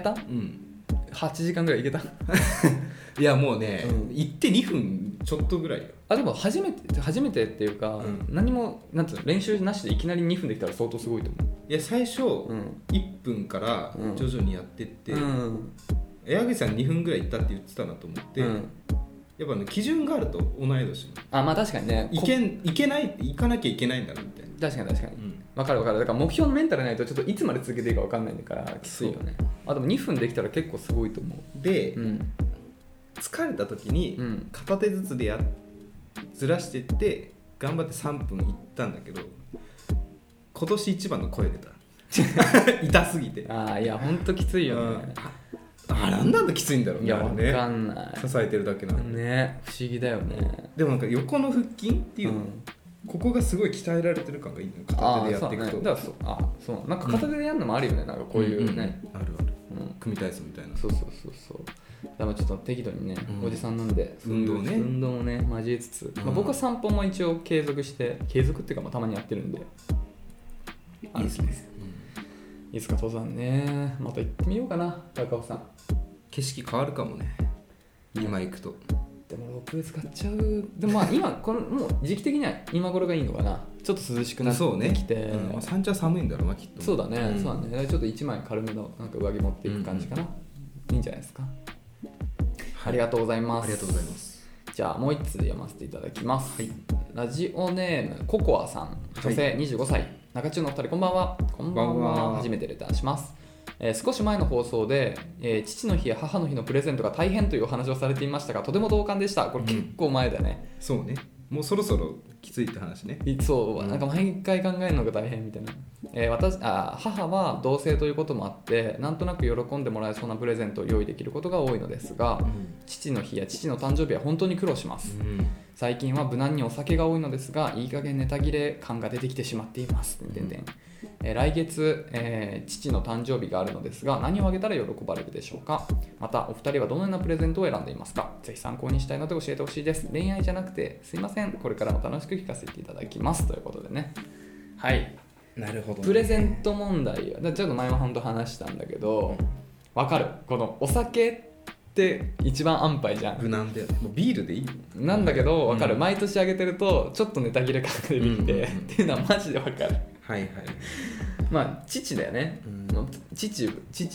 S2: ？8時間ぐらいいけた。
S1: いやもうね、行って2分ちょっとぐらいよ。
S2: あ、でも初めてっていうか、何もなんていうの、練習なしでいきなり2分できたら相当すごいと思う。
S1: いや最初、1分から徐々にやってって、矢口さん2分ぐらい行ったって言ってたなと思って、やっぱね、基準があると同い年の。
S2: あ、まあ確かにね。
S1: 行けないって行かなきゃいけないんだなみたいな。
S2: 確かに。分かる。だから目標のメンタルないとちょっといつまで続けていいか分かんないんだからきついよね。あ、でも2分できたら結構すごいと思う。
S1: で、疲れた時に片手ずつでずらしていって頑張って3分いったんだけど、今年一番の声出た。痛すぎて。
S2: あ、いやほんときついよね。
S1: なんできついんだろうね。
S2: いや、分かんない。
S1: 支えてるだけなんで
S2: ね、不思議だよね。
S1: でもなんか横の腹筋っていう、ここがすごい鍛えられてる感がいいの。片手でやっていくと。
S2: だからそうなんか片手でやるのもあるよね。なんかこういうね、
S1: ある、組体操みたいな。
S2: そう。でもちょっと適度にね、おじさんなんで運動をね交えつつ、僕は散歩も一応継続っていうか、たまにやってるんで。
S1: いいですね。
S2: いつか登山ね、また行ってみようかな、高尾さん。
S1: 景色変わるかもね、今行くと。
S2: でもロープウェイ使っちゃう。でもまあ今このもう時期的には今頃がいいのかな。ちょっと涼しくなってきて、
S1: 山頂は寒いんだろうなきっと。
S2: そうだね。ちょっと1枚軽めのなんか上着持っていく感じかな。いいんじゃないですか。ありがとうございます。
S1: ありがとうございます。
S2: じゃあもう1つ読ませていただきます。ラジオネームココアさん、女性25歳、中中のお二人、こんばんは。こんばんは。初めてレターします。少し前の放送で、父の日や母の日のプレゼントが大変というお話をされていましたが、とても同感でした。これ結構前だね。
S1: そうね。もうそろそろきついって話ね。
S2: そう、なんか毎回考えるのが大変みたいな。母は同性ということもあって、なんとなく喜んでもらえそうなプレゼントを用意できることが多いのですが、父の日や父の誕生日は本当に苦労します。最近は無難にお酒が多いのですが、いい加減ネタ切れ感が出てきてしまっています。来月、父の誕生日があるのですが、何をあげたら喜ばれるでしょうか。またお二人はどのようなプレゼントを選んでいますか。ぜひ参考にしたいので教えてほしいです。恋愛じゃなくてすいません、これからも楽しく聞かせていただきますということでね。はい、
S1: なるほど、ね、
S2: プレゼント問題はちょっと前も本当話したんだけど、わかる。このお酒って一番安牌じゃん。
S1: 無難だよね。もうビールでいい
S2: なんだけど、分かる、毎年あげてるとちょっとネタ切れ感が出てきて、っていうのはマジで分かる。まあ父だよね、父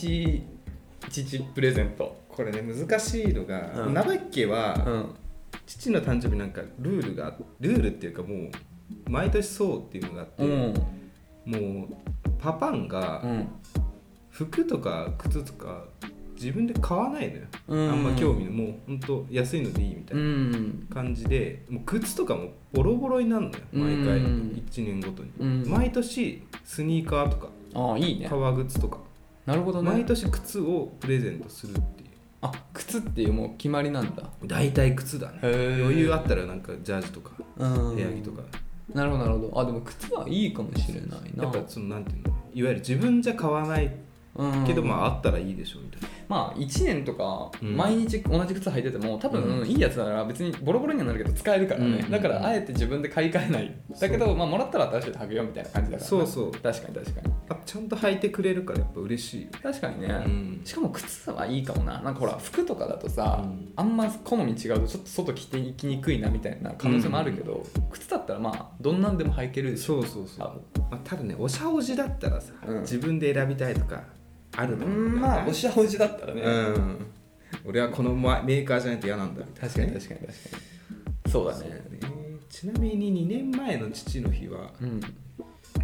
S2: プレゼント。
S1: これね難しいのが、ナバッケは、父の誕生日なんかルールっていうか、もう毎年そうっていうのがあって、もうパパンが服とか靴とか自分で買わないのよ、あんま興味の、もうほんと安いのでいいみたいな感じで、もう靴とかもボロボロになるのよ毎回、1年ごとに、毎年スニーカーとか、
S2: いいね、
S1: 革靴とか。なるほどね。毎年靴をプレゼントするっていう。
S2: 靴っていうもう決まりなんだ。
S1: 大体靴だね。余裕あったらなんかジャージとか部屋着とか。
S2: なるほど。でも靴はいいかもしれないな。
S1: やっぱそのなんていうの、いわゆる自分じゃ買わないけど、あったらいいでしょみたいな。
S2: 1年とか毎日同じ靴履いてても、多分いいやつなら別にボロボロにはなるけど使えるからね、だからあえて自分で買い替えない。だけどもらったら新しいの履くよみたいな感じだから。そう確かに
S1: ちゃんと履いてくれるからやっぱ嬉しい。
S2: 確かにね、しかも靴はいいかもな。なんかほら服とかだとさ、あんま好み違うとちょっと外着ていきにくいなみたいな可能性もあるけど、靴だったらどんなんでも履けるでしょ。
S1: ただね、おしゃおじだったらさ、自分で選びたいとかあるの。
S2: おしゃおじだったらね、
S1: 俺はこのメーカーじゃないと嫌なんだみたいな。
S2: 確かに
S1: そうだね。ちなみに2年前の父の日は、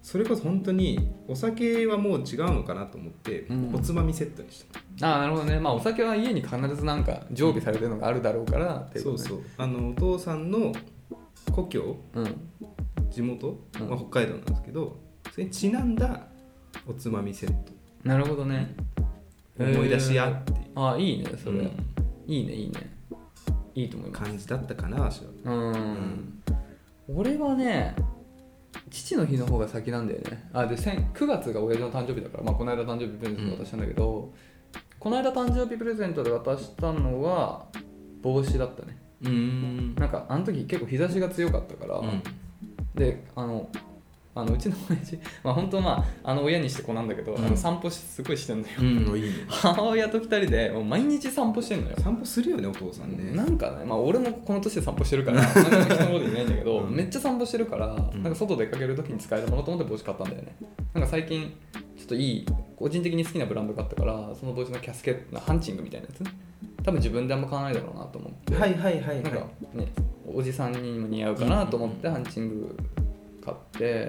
S1: それこそ本当にお酒はもう違うのかなと思って、おつまみセットにした。
S2: なるほどね。お酒は家に必ずなんか常備されてるのがあるだろうからっていう、ね、
S1: そうそう。お父さんの故郷、地元、北海道なんですけど、それにちなんだおつまみセット。
S2: なるほどね。
S1: 思い出し合っていう。
S2: いいねそれ、いいねいいと思います。
S1: 感じだったかな、私は。
S2: 俺はね、父の日の方が先なんだよね。で9月が親父の誕生日だから、この間誕生日プレゼント渡したんだけど、この間誕生日プレゼントで渡したのは帽子だったね。なんかあの時結構日差しが強かったから、でうちの親父、本当親にして子なんだけど、散歩すごいしてんのよ、いいね、母親と2人でもう毎日散歩してんのよ。
S1: 散歩するよねお父さんね。
S2: なんかね、俺もこの年で散歩してるから人のこと言えないんだけど、めっちゃ散歩してるから、なんか外出かける時に使えるものと思って帽子買ったんだよね。なんか最近ちょっといい個人的に好きなブランドがあったから、その帽子のキャスケットハンチングみたいなやつ、多分自分であんま買わないだろうなと思って、なんかね、おじさんにも似合うかなと思ってハンチング買って、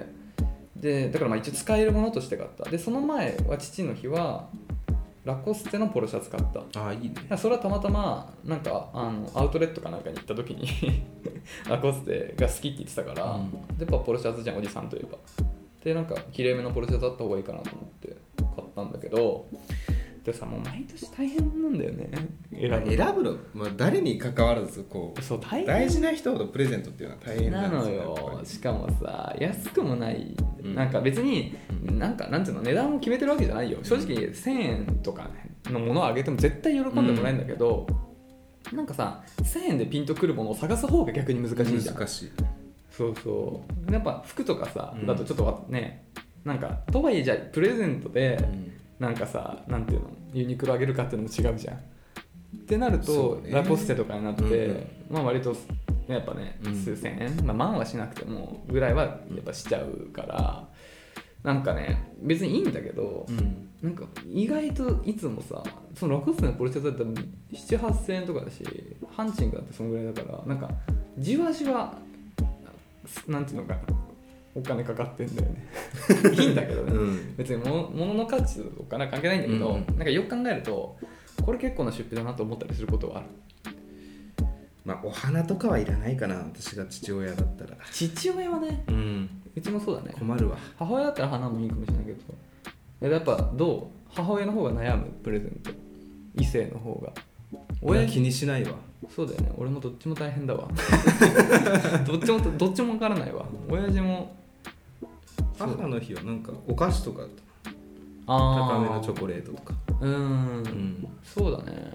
S2: でだから一応使えるものとして買った。でその前は父の日はラコステのポロシャツ買った。
S1: いいね。
S2: それはたまたまなんかアウトレットかなんかに行った時にラコステが好きって言ってたから、やっぱポロシャツじゃんおじさんといえば。でなんかきれいめのポロシャツあった方がいいかなと思って買ったんだけど、でさ、もう毎年大変なんだよね、
S1: 選ぶの、誰に関わらず
S2: そう
S1: 大事な人ほどプレゼントっていうのは大変
S2: なのよ。しかもさ、安くもない、なんか別になんていうの、値段を決めてるわけじゃないよ。正直1000円とかのものをあげても絶対喜んでもないんだけど、なんかさ1000円でピンとくるものを探す方が逆に難しいじゃん。
S1: 難しい。
S2: やっぱ服とかさ、だとちょっとね、なんかとはいえじゃあプレゼントで、なんかさ、なんていうの、ユニクロあげるかっていうのも違うじゃんってなると、ラコステとかになって、割とやっぱね、数千円、万はしなくてもぐらいはやっぱしちゃうから、なんかね別にいいんだけど、なんか意外といつもさ、そのラコステのポロシャツだったら7、8000円とかだし、ハンチングだってそのぐらいだから、なんかじわじわなんていうのかな、お金かかってんだよねいいんだけどね、別に物の価値とお金は関係ないんだけど、なんかよく考えるとこれ結構な出費だなと思ったりすることはある。
S1: お花とかはいらないかな、私が父親だったら。
S2: 父親はね、うちもそうだね。
S1: 困るわ。
S2: 母親だったら花もいいかもしれないけど、やっぱどう、母親の方が悩むプレゼント、異性の方が。
S1: 親気にしないわ。
S2: そうだよね、俺もどっちも大変だわどっちも分からないわ。親父も
S1: 母の日はなんかお菓子とか高めのチョコレートとか、
S2: そうだね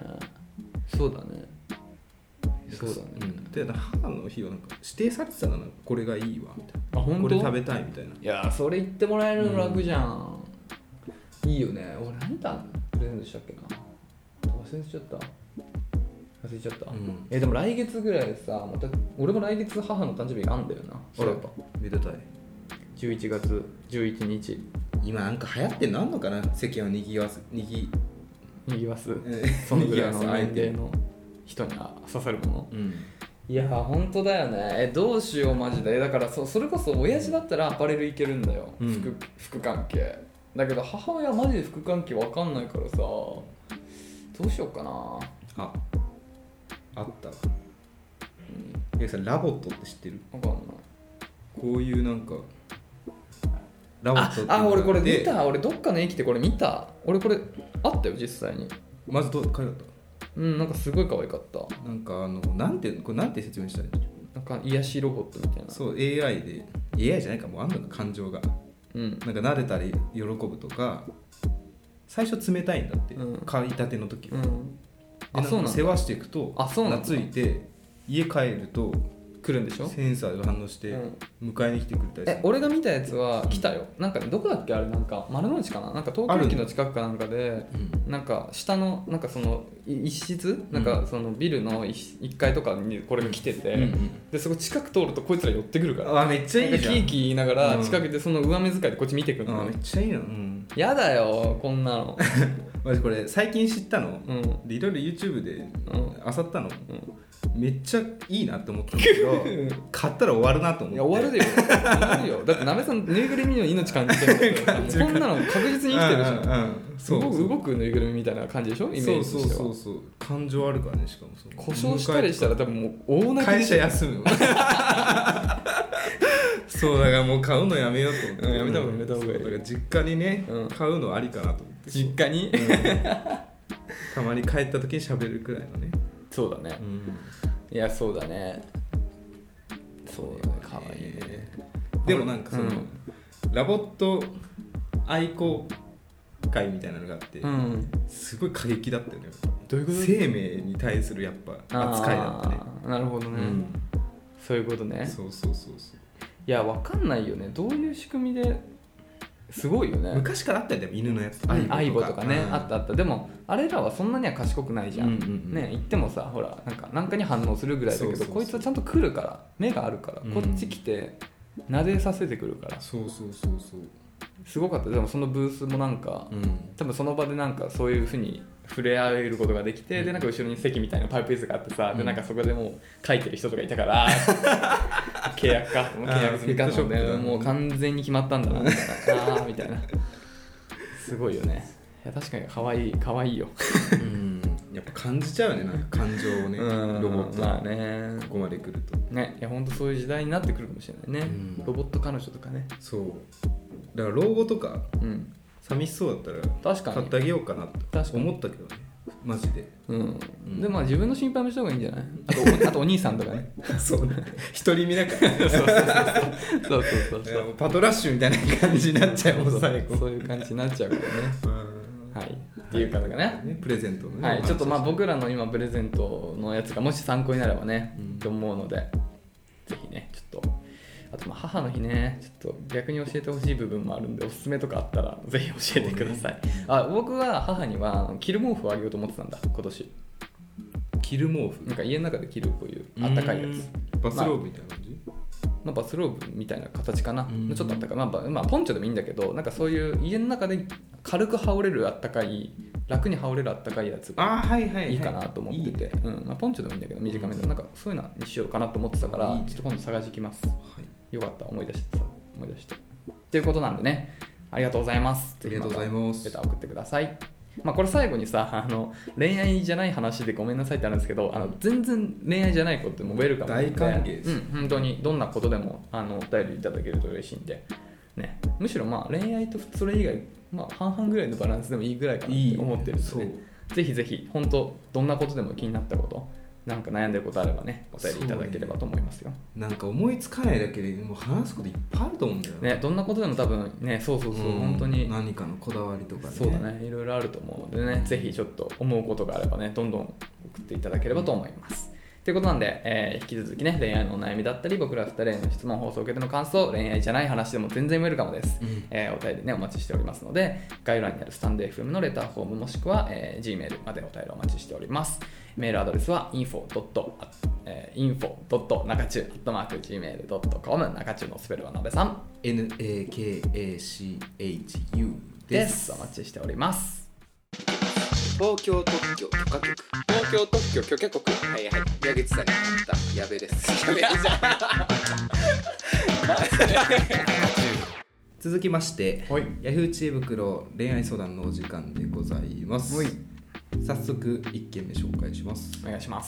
S1: で母の日はなんか指定されてたら、これがいいわみたいな、これ食べたいみたいな。
S2: いやそれ言ってもらえるの楽じゃん、いいよね。俺何だプレゼントしたっけな、忘れちゃった、でも来月ぐらいさ、また俺も来月母の誕生日があるんだよな。
S1: そういえばめでたい。
S2: 11月11日。
S1: 今なんか流行ってんのあんのかな、世間をにぎわす
S2: そのぐらいの年齢の人に刺さるもの、いや本当だよね。どうしようマジで。だからそれこそ親父だったらアパレルいけるんだよ、服関係だけど、母親はマジで服関係わかんないからさ、どうしようかな。
S1: あったわ。さんラボットって知ってる？
S2: わかんない。
S1: こういうなんかラボットって
S2: 俺これ見た。俺どっかの駅でこれ見た。俺これあったよ実際に。
S1: まずどうかよかった？
S2: なんかすごい可愛かった。
S1: なんかなんて説明したらいいの？
S2: なんか癒しロボットみたいな。
S1: そう AI じゃないか、もうあんのか感情が。なんか撫でたり喜ぶとか、最初冷たいんだって、買いたての時は。そうなんだ。世話していくと懐いて、家帰ると
S2: 来るんでしょ。
S1: センサーが反応して迎えに来てくれたりする。
S2: 俺が見たやつは来たよ。なんかね、どこだっけあれ、なんか丸の内かな、なんか東京駅の近くかなんかで、なんか下のなんかその一室、なんかそのビルの1階とかにこれが来てて、でそこ近く通るとこいつら寄ってくるから。
S1: めっちゃいいじゃん。
S2: キーキー言いながら近くでその上目遣いでこっち見てくるの。
S1: めっちゃいいの。
S2: やだよこんなの
S1: マジこれ最近知ったの、でいろいろ YouTube で漁ったの、 めっちゃいいなって思ったんだけど買ったら終わるなと思って。いや
S2: 終わるよだってなべさんぬいぐるみの命感じてるからこんなの確実に生きてるじゃん。そう動くぬいぐるみみたいな感じでしょ、イメージとしては。
S1: そう感情あるからね。しかも
S2: 故障したりしたら多分もう大泣き
S1: 会社休むそうだからもう買うのやめようと思って、
S2: やめた方がいい。だ
S1: から実家にね、買うのありかなと思って。
S2: 実家に、
S1: たまに帰った時に喋るくらいのね。
S2: そうだね、いやそうだね、そうだね、かわいいね。
S1: でもなんかその、ラボット愛好会みたいなのがあって、すごい過激だったよね。
S2: どういうこと？
S1: 生命に対するやっぱ扱いだったね。
S2: なるほどね、そういうことね。
S1: そうい
S2: やわかんないよね、どういう仕組みですごいよね。
S1: 昔からあったよね、犬のやつ。
S2: アイボとかね、あった。でもあれらはそんなには賢くないじゃん、ね、言ってもさ、ほらなんかに反応するぐらいだけど、こいつはちゃんと来るから、目があるから、こっち来て撫でさせてくるから。
S1: そう
S2: すごかった。でもそのブースもなんか、多分その場でなんかそういう風に触れ合えることができて、でなんか後ろに席みたいなパイプ椅子があってさ、でなんかそこでもう書いてる人とかいたから契約か、契約済みかと思って、もう完全に決まったんだなみたいなみたいな。すごいよね。いや確かに可愛いよ
S1: やっぱ感じちゃうよね、なんか感情をね、ロボット
S2: まあね、
S1: ここまで来ると
S2: ね。いや本当そういう時代になってくるかもしれないね、ロボット彼女とかね。
S1: そうだから老後とか、寂しそうだったら
S2: 確かに
S1: 買ってあげようかなと思ったけどね、マジで。
S2: でまあ自分の心配もした方がいいんじゃない？あとお兄さんとかね
S1: そうね、独り身だから
S2: そう
S1: パトラッシュみたいな感じになっちゃうもん最後。
S2: そういう感じになっちゃうからね。はいっていう方がね、
S1: プレゼントのね、
S2: はい、ちょっとまあ僕らの今プレゼントのやつがもし参考になればね、と思うので、ぜひねちょっと。あとまあ母の日ね、ちょっと逆に教えてほしい部分もあるんで、おすすめとかあったらぜひ教えてください。僕は母には着る毛布をあげようと思ってたんだ、今年。
S1: 着る毛布？
S2: なんか家の中で着るこういうあったかいやつ。
S1: バスローブみたいな感じ？
S2: バスローブみたいな形かな。ちょっとあったかい。まあポンチョでもいいんだけど、なんかそういう家の中で軽く羽織れるあったかい、楽に羽織れるあったかいやつがいいかなと思ってて、ポンチョでもいいんだけど短めで、なんかそういうのにしようかなと思ってたから、ちょっと今度探してきます。よかった、思い出して。っていうことなんでね、ありがとうございます。
S1: ありがとうございます。
S2: レター送ってください。これ最後にさ、恋愛じゃない話でごめんなさいってあるんですけど、全然恋愛じゃないこともウェルカムなので、
S1: 大歓迎です。
S2: 本当にどんなことでもお便りいただけると嬉しいんで、ね、むしろ恋愛とそれ以外、半々ぐらいのバランスでもいいぐらいかなって思ってるんで、ね、ぜひぜひ本当どんなことでも気になったこと、なんか悩んでることあればね、お便りいただければと思いますよ。
S1: なんか思いつかないだけでもう話すこといっぱいあると思うんだよね。
S2: どんなことでも多分ね、そう、本当に
S1: 何かのこだわりとかね。
S2: そうだね、いろいろあると思うのでね、ぜひちょっと思うことがあればね、どんどん送っていただければと思います。ということなんで、引き続きね、恋愛のお悩みだったり、僕ら2人への質問、放送を受けての感想、恋愛じゃない話でも全然ウェルカムです。お便りね、お待ちしておりますので、概要欄にあるスタンド FM のレターフォームもしくは、Gmail までお便りお待ちしております。メールアドレスは info.nakachu@gmail.com、 中中のスペルはなべさん
S1: NAKACHU
S2: です。お待ちしております。
S1: 東京特許許可局。
S2: 東京特許許可局。
S1: はい。矢口さんにあったやべです。やべじゃ続きまして、ヤフー知恵袋恋愛相談のお時間でございます。早速1件目紹介します。
S2: お願いします。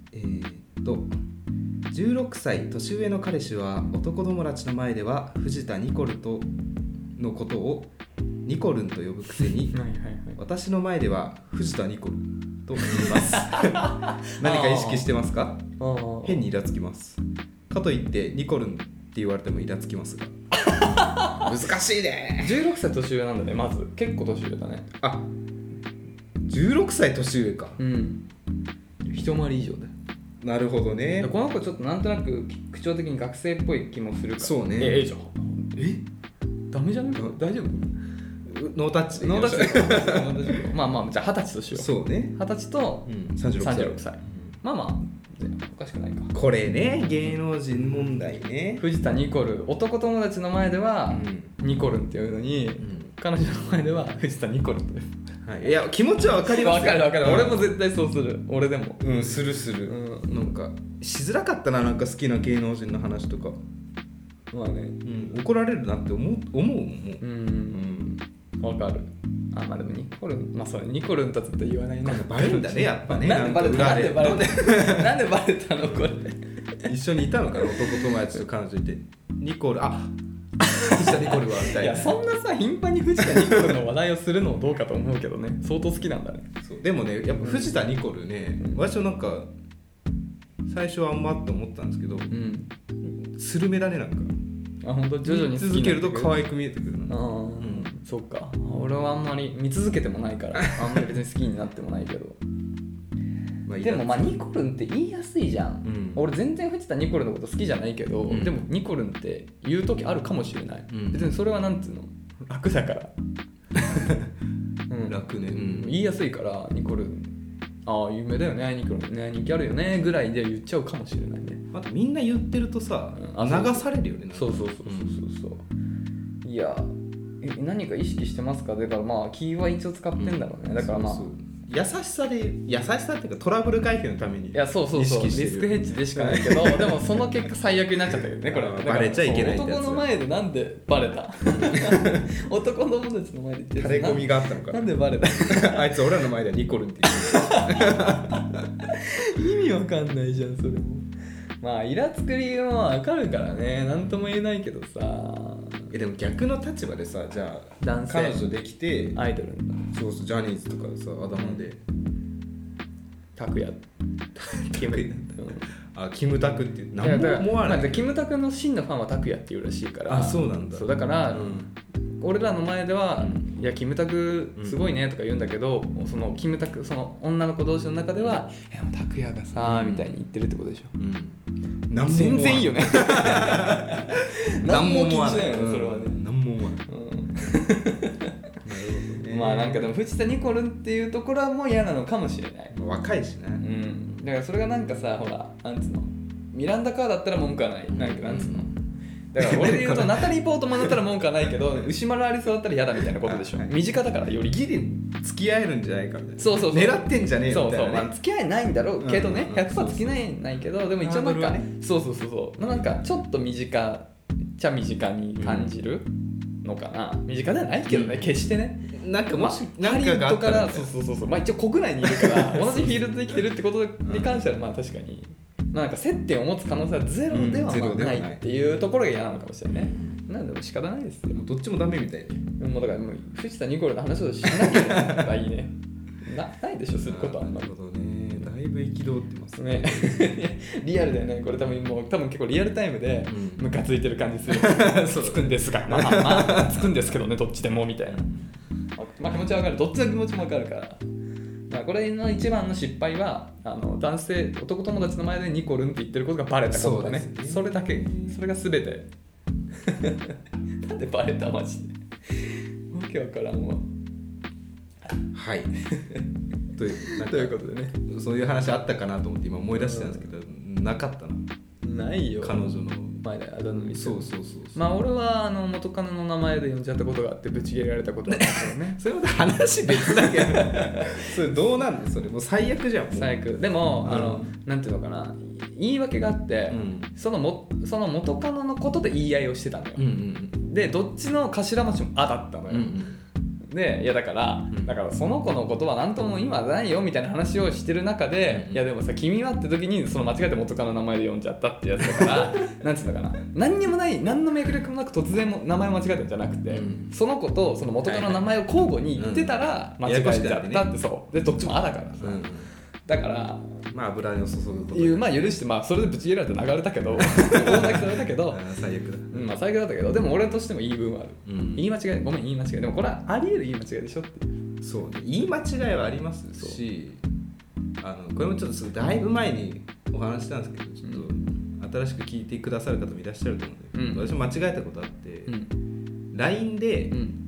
S1: 16歳年上の彼氏は男友達の前では藤田ニコルのことをニコルンと呼ぶくせに私の前では藤田ニコルと言います何か意識してますか？変にイラつきます。かといってニコルンって言われてもイラつきますが難しいね。
S2: 16歳年上なんだね。まず結構年上だね。
S1: 16歳年上か。
S2: 一回り以上だよ。
S1: なるほどね。
S2: この子ちょっとなんとなく口調的に学生っぽい気もするから。
S1: そうね。
S2: じゃん。ダメじゃないか。大丈夫？
S1: ノータッチ。
S2: まあじゃあ20歳としよう。
S1: そうね。
S2: 20歳と36歳。まあおかしくないか。
S1: これね、芸能人問題ね。
S2: 藤田ニコル、男友達の前ではニコルンっていうのに、彼女の前では藤田ニコルンという。
S1: はい、いや気持ちは分かりますよ。
S2: 分かる、俺も絶対そうする。俺でも
S1: する、なんかしづらかったな、なんか好きな芸能人の話とか。
S2: まあね、
S1: 怒られるなって思うも
S2: ん。分かる。まあでもニコルン、それニコルンとは絶対言わないな。
S1: バレるんだねやっぱね。
S2: なんでバレたのこれ。
S1: 一緒にいたのかな、男友達と彼女いて、ニコル、藤田ニコルはみたいな。
S2: いやそんなさ頻繁に藤田ニコルの話題をするのもどうかと思うけどね。相当好きなんだね。
S1: そうでもね、やっぱ藤田ニコルね、私はなんか最初はあんまって思ったんですけど、スルメだね、なんか。
S2: 本当徐々に
S1: 続けると可愛く見えてくるな。
S2: そっか。俺はあんまり見続けてもないからあんまり別に好きになってもないけどでもニコルンって言いやすいじゃん、俺全然藤田ニコルンのこと好きじゃないけど、でもニコルンって言う時あるかもしれない、別にそれはなんつうの、楽だから
S1: 楽ね、
S2: 言いやすいからニコルン、有名だよねニコルンね、人気あるよねぐらいで言っちゃうかもしれないね。
S1: あとみんな言ってるとさ、流されるよね。
S2: そういや何か意識してますか。だからキーは一応使ってんだろうね、だから
S1: 優しさっていうかトラブル回避のために
S2: 意識してる。リスクヘッジでしかないけどでもその結果最悪になっちゃったけどねこれ。
S1: バレちゃいけないってやつ。
S2: 男の前でなんでバレた男の友達の前で言って
S1: 垂れ込みがあったのか
S2: なんでバレた
S1: あいつ俺らの前ではニコルンって
S2: 言う意味わかんないじゃんそれも。イラつく理由もわかるからね、なんとも言えないけどさ。
S1: でも逆の立場でさ、じゃあ
S2: 男性
S1: 彼女できて
S2: アイドル
S1: ジャニーズとかさ、あだ名で
S2: 拓也
S1: キムタクって何も思わない。
S2: キムタクの真のファンは拓也っていうらしいから。
S1: そうなんだ。
S2: そうだから、俺らの前では、いやキムタクすごいねとか言うんだけど、そのキムタク、その女の子同士の中では拓也がさ、みたいに言ってるってことでしょ。全然いいよね何も気にしないよね、それはね。
S1: 何も思わない
S2: なんかでも藤田ニコルンっていうところはもう嫌なのかもしれない。
S1: 若いしね。
S2: だからそれがなんかさ、ほらなんつうの、ミランダカーだったら文句はない。なんつうの、だから俺で言うとナタリー・ポートマンだったら文句はないけど牛丸アリスだったら嫌だみたいなことでしょ。身近だからより
S1: ギリ付き合えるんじゃないかみたいな。
S2: そう
S1: 狙ってんじゃねえよみたいなね。
S2: 付き合えないんだろうけどね、100% 付き合えないけど、でも一応なんかそうなんかちょっと身近に感じるのかな。身近ではないけどね、決してね。
S1: なんかもし何かがあったら
S2: そう一応国内にいるから同じフィールドで生きてるってことに関しては確かになんか接点を持つ可能性はゼロではないっていうところが嫌なのかもしれないね。なんでも仕方ないですよ。
S1: どっちもダメみたいに。
S2: もうだから藤田ニコルの話をしなければいいね。ないでしょ、することは。
S1: なるほどね。だいぶ憤ってますね。
S2: リアルだよね。これ多分結構リアルタイムでムカついてる感じする。つくんですが、つくんですけどね、どっちでもみたいな。気持ちはわかる。どっちの気持ちもわかるから。これの一番の失敗は男友達の前でニコルンって言ってることがバレたことだね。それだけ、それが全てなんでバレたマジでわけわからんわ。
S1: はいと
S2: いうことでね、
S1: そういう話あったかなと思って今思い出してたんですけど、なかった
S2: な。ないよ、
S1: 彼女の
S2: 前であだ名に。
S1: そう
S2: 俺は元カノの名前で呼んじゃったことがあってブチ切れられたことがあったからね
S1: それまた話別だけどそれどうなんで、それもう最悪じゃん。
S2: 最悪。でも、なんていうのかな、言い訳があって、その元カノのことで言い合いをしてたのよ、でどっちの頭文字も「あ」だったのよ、でいやだからその子のことは何とも今ないよみたいな話をしてる中で、いやでもさ君はって時にその間違えて元カノの名前で呼んじゃったってやつだからなんつうのかな、何にもない、何の脈絡もなく突然名前を間違えたんじゃなくて、その子とその元カノの名前を交互に言ってたら間違えちゃったって。そうでどっちも「あ」だからさ、だから
S1: 油を注ぐこと
S2: 許して、それでぶち切られて流れたけど大泣きされたけど
S1: 最悪だ、
S2: 最悪だったけど、でも俺としても言い分はある、言い間違い、ごめん言い間違い、でもこれはあり得る言い間違いでしょっていう。
S1: そうね、言い間違いはありますし、これもちょっとだいぶ前にお話したんですけど、ちょっと新しく聞いてくださる方もいらっしゃると思うんで、私も間違えたことあって、LINE で、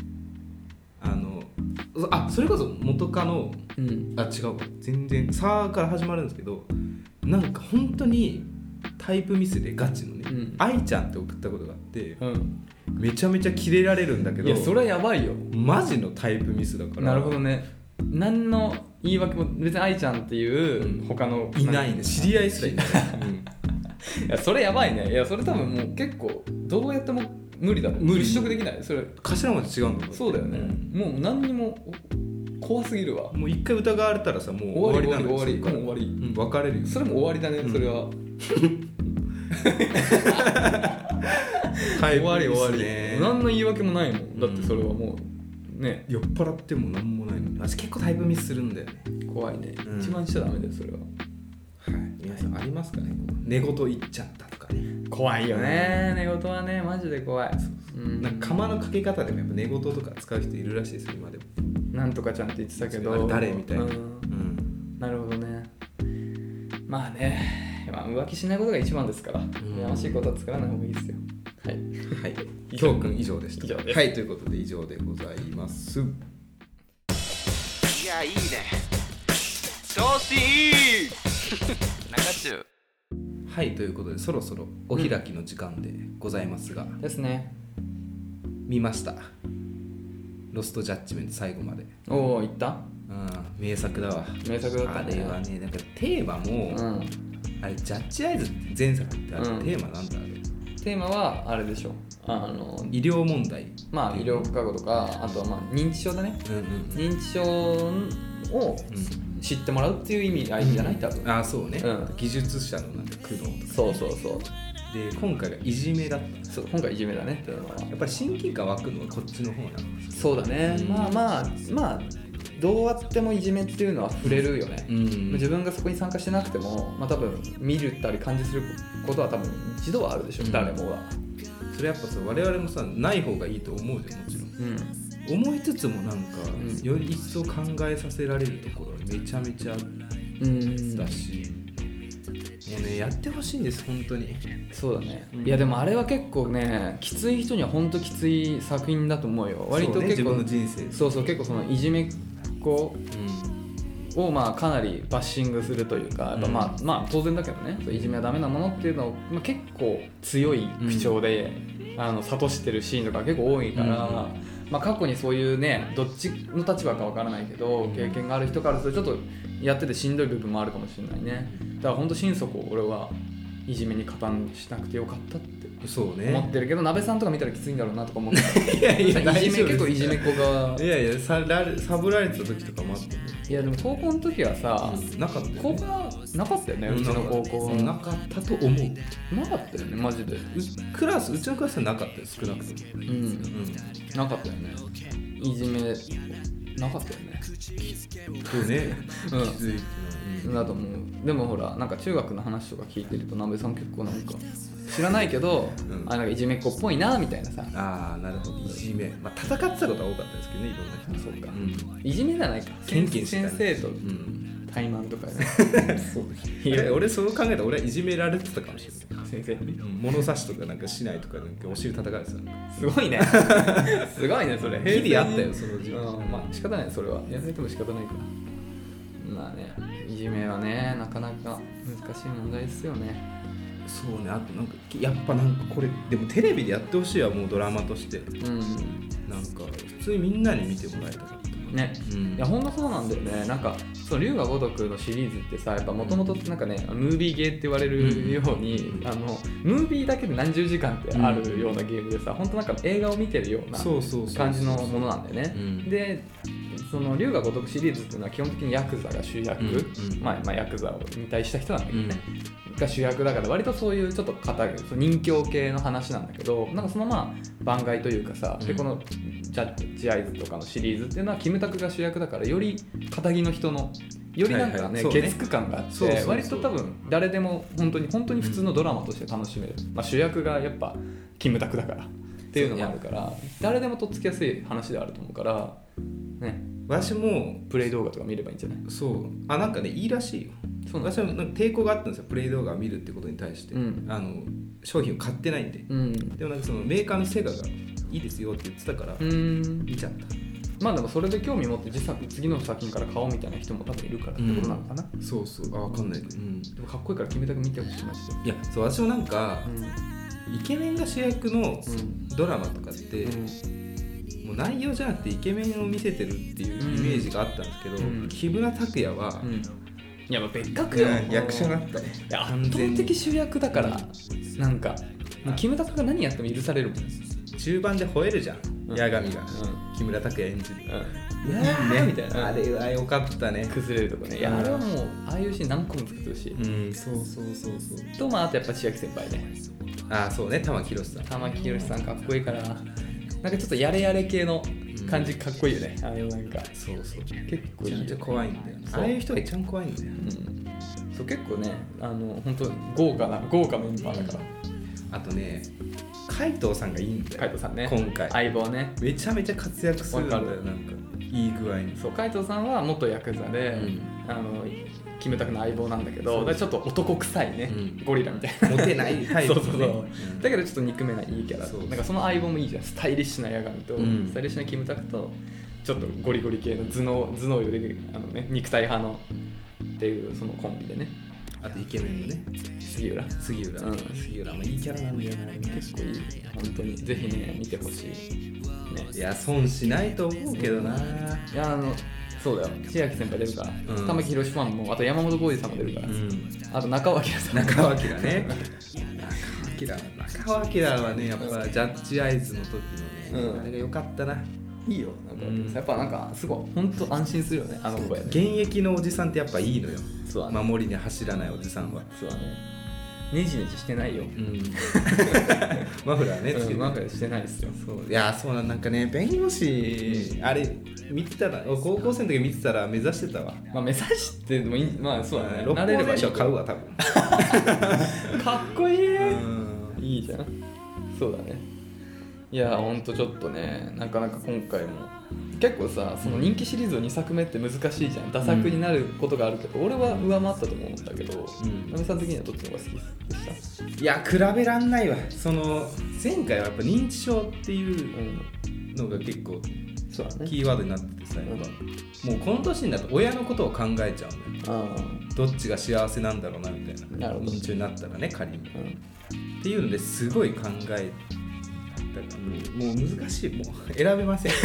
S1: それこそ元カノ、違うわ、全然「さ」から始まるんですけど、なんか本当にタイプミスでガチのね「愛ちゃん」って送ったことがあって、めちゃめちゃキレられるんだけど、
S2: いやそれはやばいよ、
S1: マジのタイプミスだから。
S2: なるほどね。 何の言い訳も別に愛ちゃんっていう他の、
S1: いないね、知り合いすらいない、
S2: いやそれやばいね。いやそれ多分もう結構どうやっても無理だね。払拭できない。それ
S1: 頭文字違うんだ。
S2: そうだよね、もう何にも怖すぎるわ。
S1: もう一回疑われたらさ、もう終わりなの。
S2: 終わり、
S1: 別れるよ。
S2: それも終わりだね、それは終わり何の言い訳もないもん。だってそれはもうね、
S1: 酔っ払っても何もないの。私結構タイプミスするんだよね。
S2: 怖いね、一番しちゃダメだよそれは。
S1: はい、皆さんありますかね、寝言言っちゃったとかね。
S2: 怖いよね、寝言はね、マジで怖い。
S1: なんか釜のかけ方でもやっぱ寝言とか使う人いるらしいですよ、今でも。
S2: なんとかちゃんって言ってたけど、
S1: 誰みたいな。
S2: なるほどね。まあね、浮気しないことが一番ですから、やましいことは作らない方がいいですよ。はい、
S1: はい、教訓以上でした。
S2: 以上です。
S1: はい、ということで以上でございます。い
S2: や、いいね、調子いい中中。
S1: はい、ということでそろそろお開きの時間でございますが、
S2: ですね。
S1: 見ました、ロストジャッジメント最後まで。
S2: おお、いった。
S1: 名作だわ。
S2: 名作だったね。
S1: あれはね、なんかテーマも、あれジャッジアイズって前作ってあれ、テーマなんだ。あれ
S2: テーマはあれでしょ、
S1: 医療問題。
S2: まあ医療過誤とか、あとはまあ認知症だね、認知症を知ってもらうっていう意味合いじゃない、多分。
S1: そうね、技術者のなんか苦悩とか。
S2: そう
S1: で今回がいじめだった。
S2: そう、今回いじめだねっていうのは
S1: やっぱり親近感湧くのはこっちの方なんです。
S2: そうだね、まあどうやってもいじめっていうのは触れるよね、自分がそこに参加してなくても、多分見るったり感じすることは多分一度はあるでしょ、誰もが。
S1: それやっぱさ、我々もさ、ない方がいいと思うじゃん、もちろん、思いつつもなんか、より一層考えさせられるところはめちゃめちゃだし、もうね、やってほしいんです、本当に。
S2: そうだね、いやでもあれは結構ね、きつい人には本当きつい作品だと思うよ。割と結構、
S1: 自分の人生、
S2: 結構そのいじめっ子をかなりバッシングするというか、やっぱ当然だけどね、いじめはダメなものっていうのを、結構強い口調で、諭してるシーンとか結構多いから、過去にそういうね、どっちの立場かわからないけど、経験がある人からするとちょっとやっててしんどい部分もあるかもしれないね。だから本当心底俺はいじめに加担しなくてよかったって思ってるけど、鍋さんとか見たらきついんだろうなとか思っていやいじめ、結構いじめっ子が
S1: サブられてた時とかもあってね。
S2: いやでも高校の時はさ、
S1: なかったよね。
S2: 高校はなかったよね、うちの高校は
S1: なかったと思う。
S2: なかったよね、マジで。
S1: うちのクラスはなかったよ、少なくとも。
S2: なかったよね、いじめなかったよね。
S1: そうね、気づいて
S2: だと思う。でもほら、なんか中学の話とか聞いてると、鍋さん結構なんか知らないけど、なんかいじめっ子っぽいなみたいなさ。
S1: なるほど、いじめ。戦ってたことは多かったですけどね、いろんな人。
S2: そうか、いじめじゃないか、先生と怠慢とかね。
S1: そう俺そう考えたら俺はいじめられてたかもしれない。
S2: 先生に
S1: 物差しとかなんかしないとか、なんかお尻叩かれてた。
S2: すごいね。すごいね、それ。
S1: 日々あったよ、その時間。
S2: 仕方ない、それは。やられても仕方ないから。まあね、いじめはね、なかなか難しい問題ですよね。
S1: そうね、あとなんかやっぱなんかこれでもテレビでやってほしいわ、もうドラマとして。なんか普通にみんなに見てもらいたかった
S2: ね。いやほんとそうなんだよね。なんかその龍が如くのシリーズってさ、やっぱもともとなんかね、ムービーゲーって言われるように、ムービーだけで何十時間ってあるようなゲームでさ、本当なんか映画を見てるような感じのものなんだよね。でその龍が如くシリーズっていうのは基本的にヤクザが主役、ヤクザを引退した人なんだけどね、が主役だから、割とそういうちょっと人形系の話なんだけど、なんかその番外というかさ、でこのジャッジアイズとかのシリーズっていうのはキムタクが主役だから、より堅気の人のよりなんかね、月9感があって、割と多分誰でも本当に普通のドラマとして楽しめる、主役がやっぱキムタクだからっていうのもあるから、誰でもとっつきやすい話であると思うからね。
S1: 私も
S2: プレイ動画とか見ればいいんじゃない？
S1: そうなんかね、いいらしいよ。私はなんか抵抗があったんですよ、プレイ動画を見るってことに対して、商品を買ってないんで、でもなんかそのメーカーのセガがいいですよって言ってたから見ちゃった。
S2: でもそれで興味持って次の作品から買おうみたいな人も多分いるからってことなのかな。
S1: そう分かんないけど、で
S2: もかっこいいからキムタク見てほしいました。
S1: いや私もなんか、イケメンが主役のドラマとかって、 もう内容じゃなくてイケメンを見せてるっていうイメージがあったんですけど、木村拓哉は、
S2: いや別格よ、
S1: 役者だったね。
S2: いや圧倒的主役だから、なんかもう木村拓哉が何やっても許されるもん。
S1: 中盤で吠えるじゃん、八神が、木村拓哉演じる、
S2: みたいな。
S1: あれは良かったね。
S2: 崩れるとこね。いやあれはもうああいうシーン何個も作ってほしい。
S1: そう
S2: とあとやっぱ千秋先輩ね。
S1: そうね、玉木宏さん。
S2: 玉木宏さんかっこいいから、なんかちょっとやれやれ系の感じかっこいいよね。なんか
S1: そう
S2: 結構
S1: めちゃめちゃ怖いんだよ。ああいう人が一番怖いんだよ。
S2: そう結構ね、本当豪華メンバーだから。
S1: あとね、海藤さんがいいんだよ。
S2: 海藤さんね、
S1: 今回
S2: 相棒ね、
S1: めちゃめちゃ活躍するんだよ。なんかいい具合に。
S2: そう海藤さんは元ヤクザで、キムタクの相棒なんだけど、ちょっと男臭いね、ゴリラみたいな、
S1: モテないタイプ、ね、
S2: そうだけどちょっと憎めないいいキャラ。なんかその相棒もいいじゃん。スタイリッシュな八神と、スタイリッシュなキムタクとちょっとゴリゴリ系の頭脳より肉体派のっていうそのコンビでね。
S1: あとイケメンのね、杉浦もいいキャラなんだよね。
S2: 結構いい、本当にぜひね見てほしい、ね、
S1: いや損しないと思うけどな。い
S2: やそうだよ、千秋先輩出るから、玉木宏ファンも、あと山本浩二さんも出るから、あと中尾明さん、
S1: 中尾明ね中尾明はね、やっぱジャッジアイズの時のね、あれが良かったな。
S2: いいよ、やっぱなんかすごい本当安心するよね、あの声ね。
S1: 現役のおじさんってやっぱいいのよ。
S2: そうだね、
S1: 守りに走らないおじさんは。
S2: そうだね、ネジネジしてないよ。
S1: マフラーね、つけて
S2: マフラーしてないですよ。
S1: いやそうなんかね、弁護士あれ見てたら、高校生の時見てたら目指してたわ。
S2: 目指してもいい、そうだね。
S1: 六法全書買うわ多分。
S2: かっこいい。いいじゃん。そうだね。いやほんとちょっとね、なかなか今回も結構さ、その人気シリーズの2作目って難しいじゃん。ダ作になることがあるけど、俺は上回ったと思うんだけど、ナミさん的にはどっちの方が好きで
S1: した？いや比べらんないわ。その前回はやっぱ認知症っていうのが結構キーワードになっててさ、もうこの年になると親のことを考えちゃうんだよ。どっちが幸せなんだろうなみたいな。認知症になったらね、仮に、っていうのですごい考えもう難しい、もう選べません。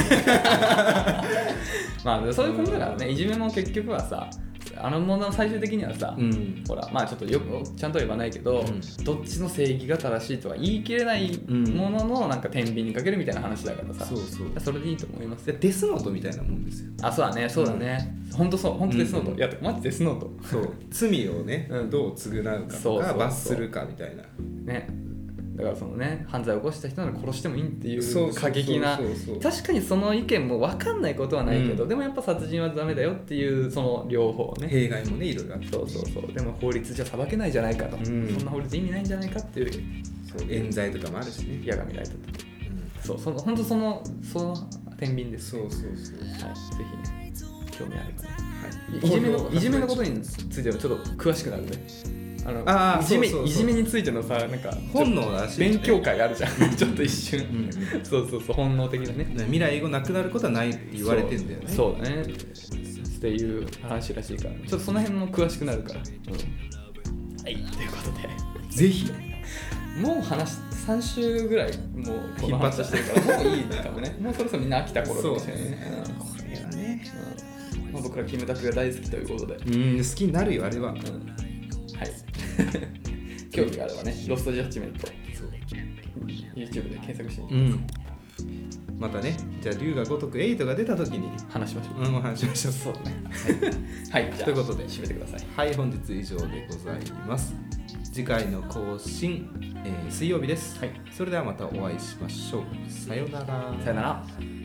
S2: そういうことだからね。いじめも結局はさ、もの最終的にはさ、ほらちょっとよくちゃんとは言わないけど、どっちの正義が正しいとは言い切れないものの、なんか天秤にかけるみたいな話だからさ、それでいいと思います。
S1: デスノートみたいなもんですよ。
S2: そうだね、本当そう、本当デスノート。いやマジデスノート。
S1: そう罪をね、どう償うかとか罰するかみたいな
S2: ね。だからそのね、犯罪を起こした人なら殺してもいいっていう過激な、確かにその意見も分かんないことはないけど、でもやっぱ殺人はダメだよっていうその両方ね、
S1: 弊害もねいろいろあって、
S2: でも法律じゃ裁けないじゃないかと、そんな法律意味ないんじゃないかっていう、
S1: 冤罪とかもあるしね、
S2: 八神ライトと、本当その天秤です。はい、ぜひね、興味あればね、いじめのことについてはちょっと詳しくなるね。いじめについてのさ、なんか
S1: 本能だし、
S2: 勉強会あるじゃん。ちょっと一瞬、本能的なね。
S1: 未来後なくなることはないって言われてんだよね。
S2: そうだねっていう話らしいから、ちょっとその辺も詳しくなるから、はい、ということで
S1: ぜひ
S2: もう3週ぐらいもうこの話してるから、もういいかもね。もうそろそろみんな飽きた頃かもしれないね。
S1: これはね、
S2: 僕らキムタクが大好きということで、
S1: 好きになるよあれは。
S2: はい。興味があればね、ロストジャッジメント、YouTube で検索してみて、
S1: またね、じゃあ龍が如く8が出た時に
S2: 話しましょう。
S1: 話しましょう。
S2: そうね。はい、じゃあということで締めてください。
S1: はい、本日以上でございます。次回の更新、水曜日です。はい。それではまたお会いしましょう。さようなら。
S2: さようなら。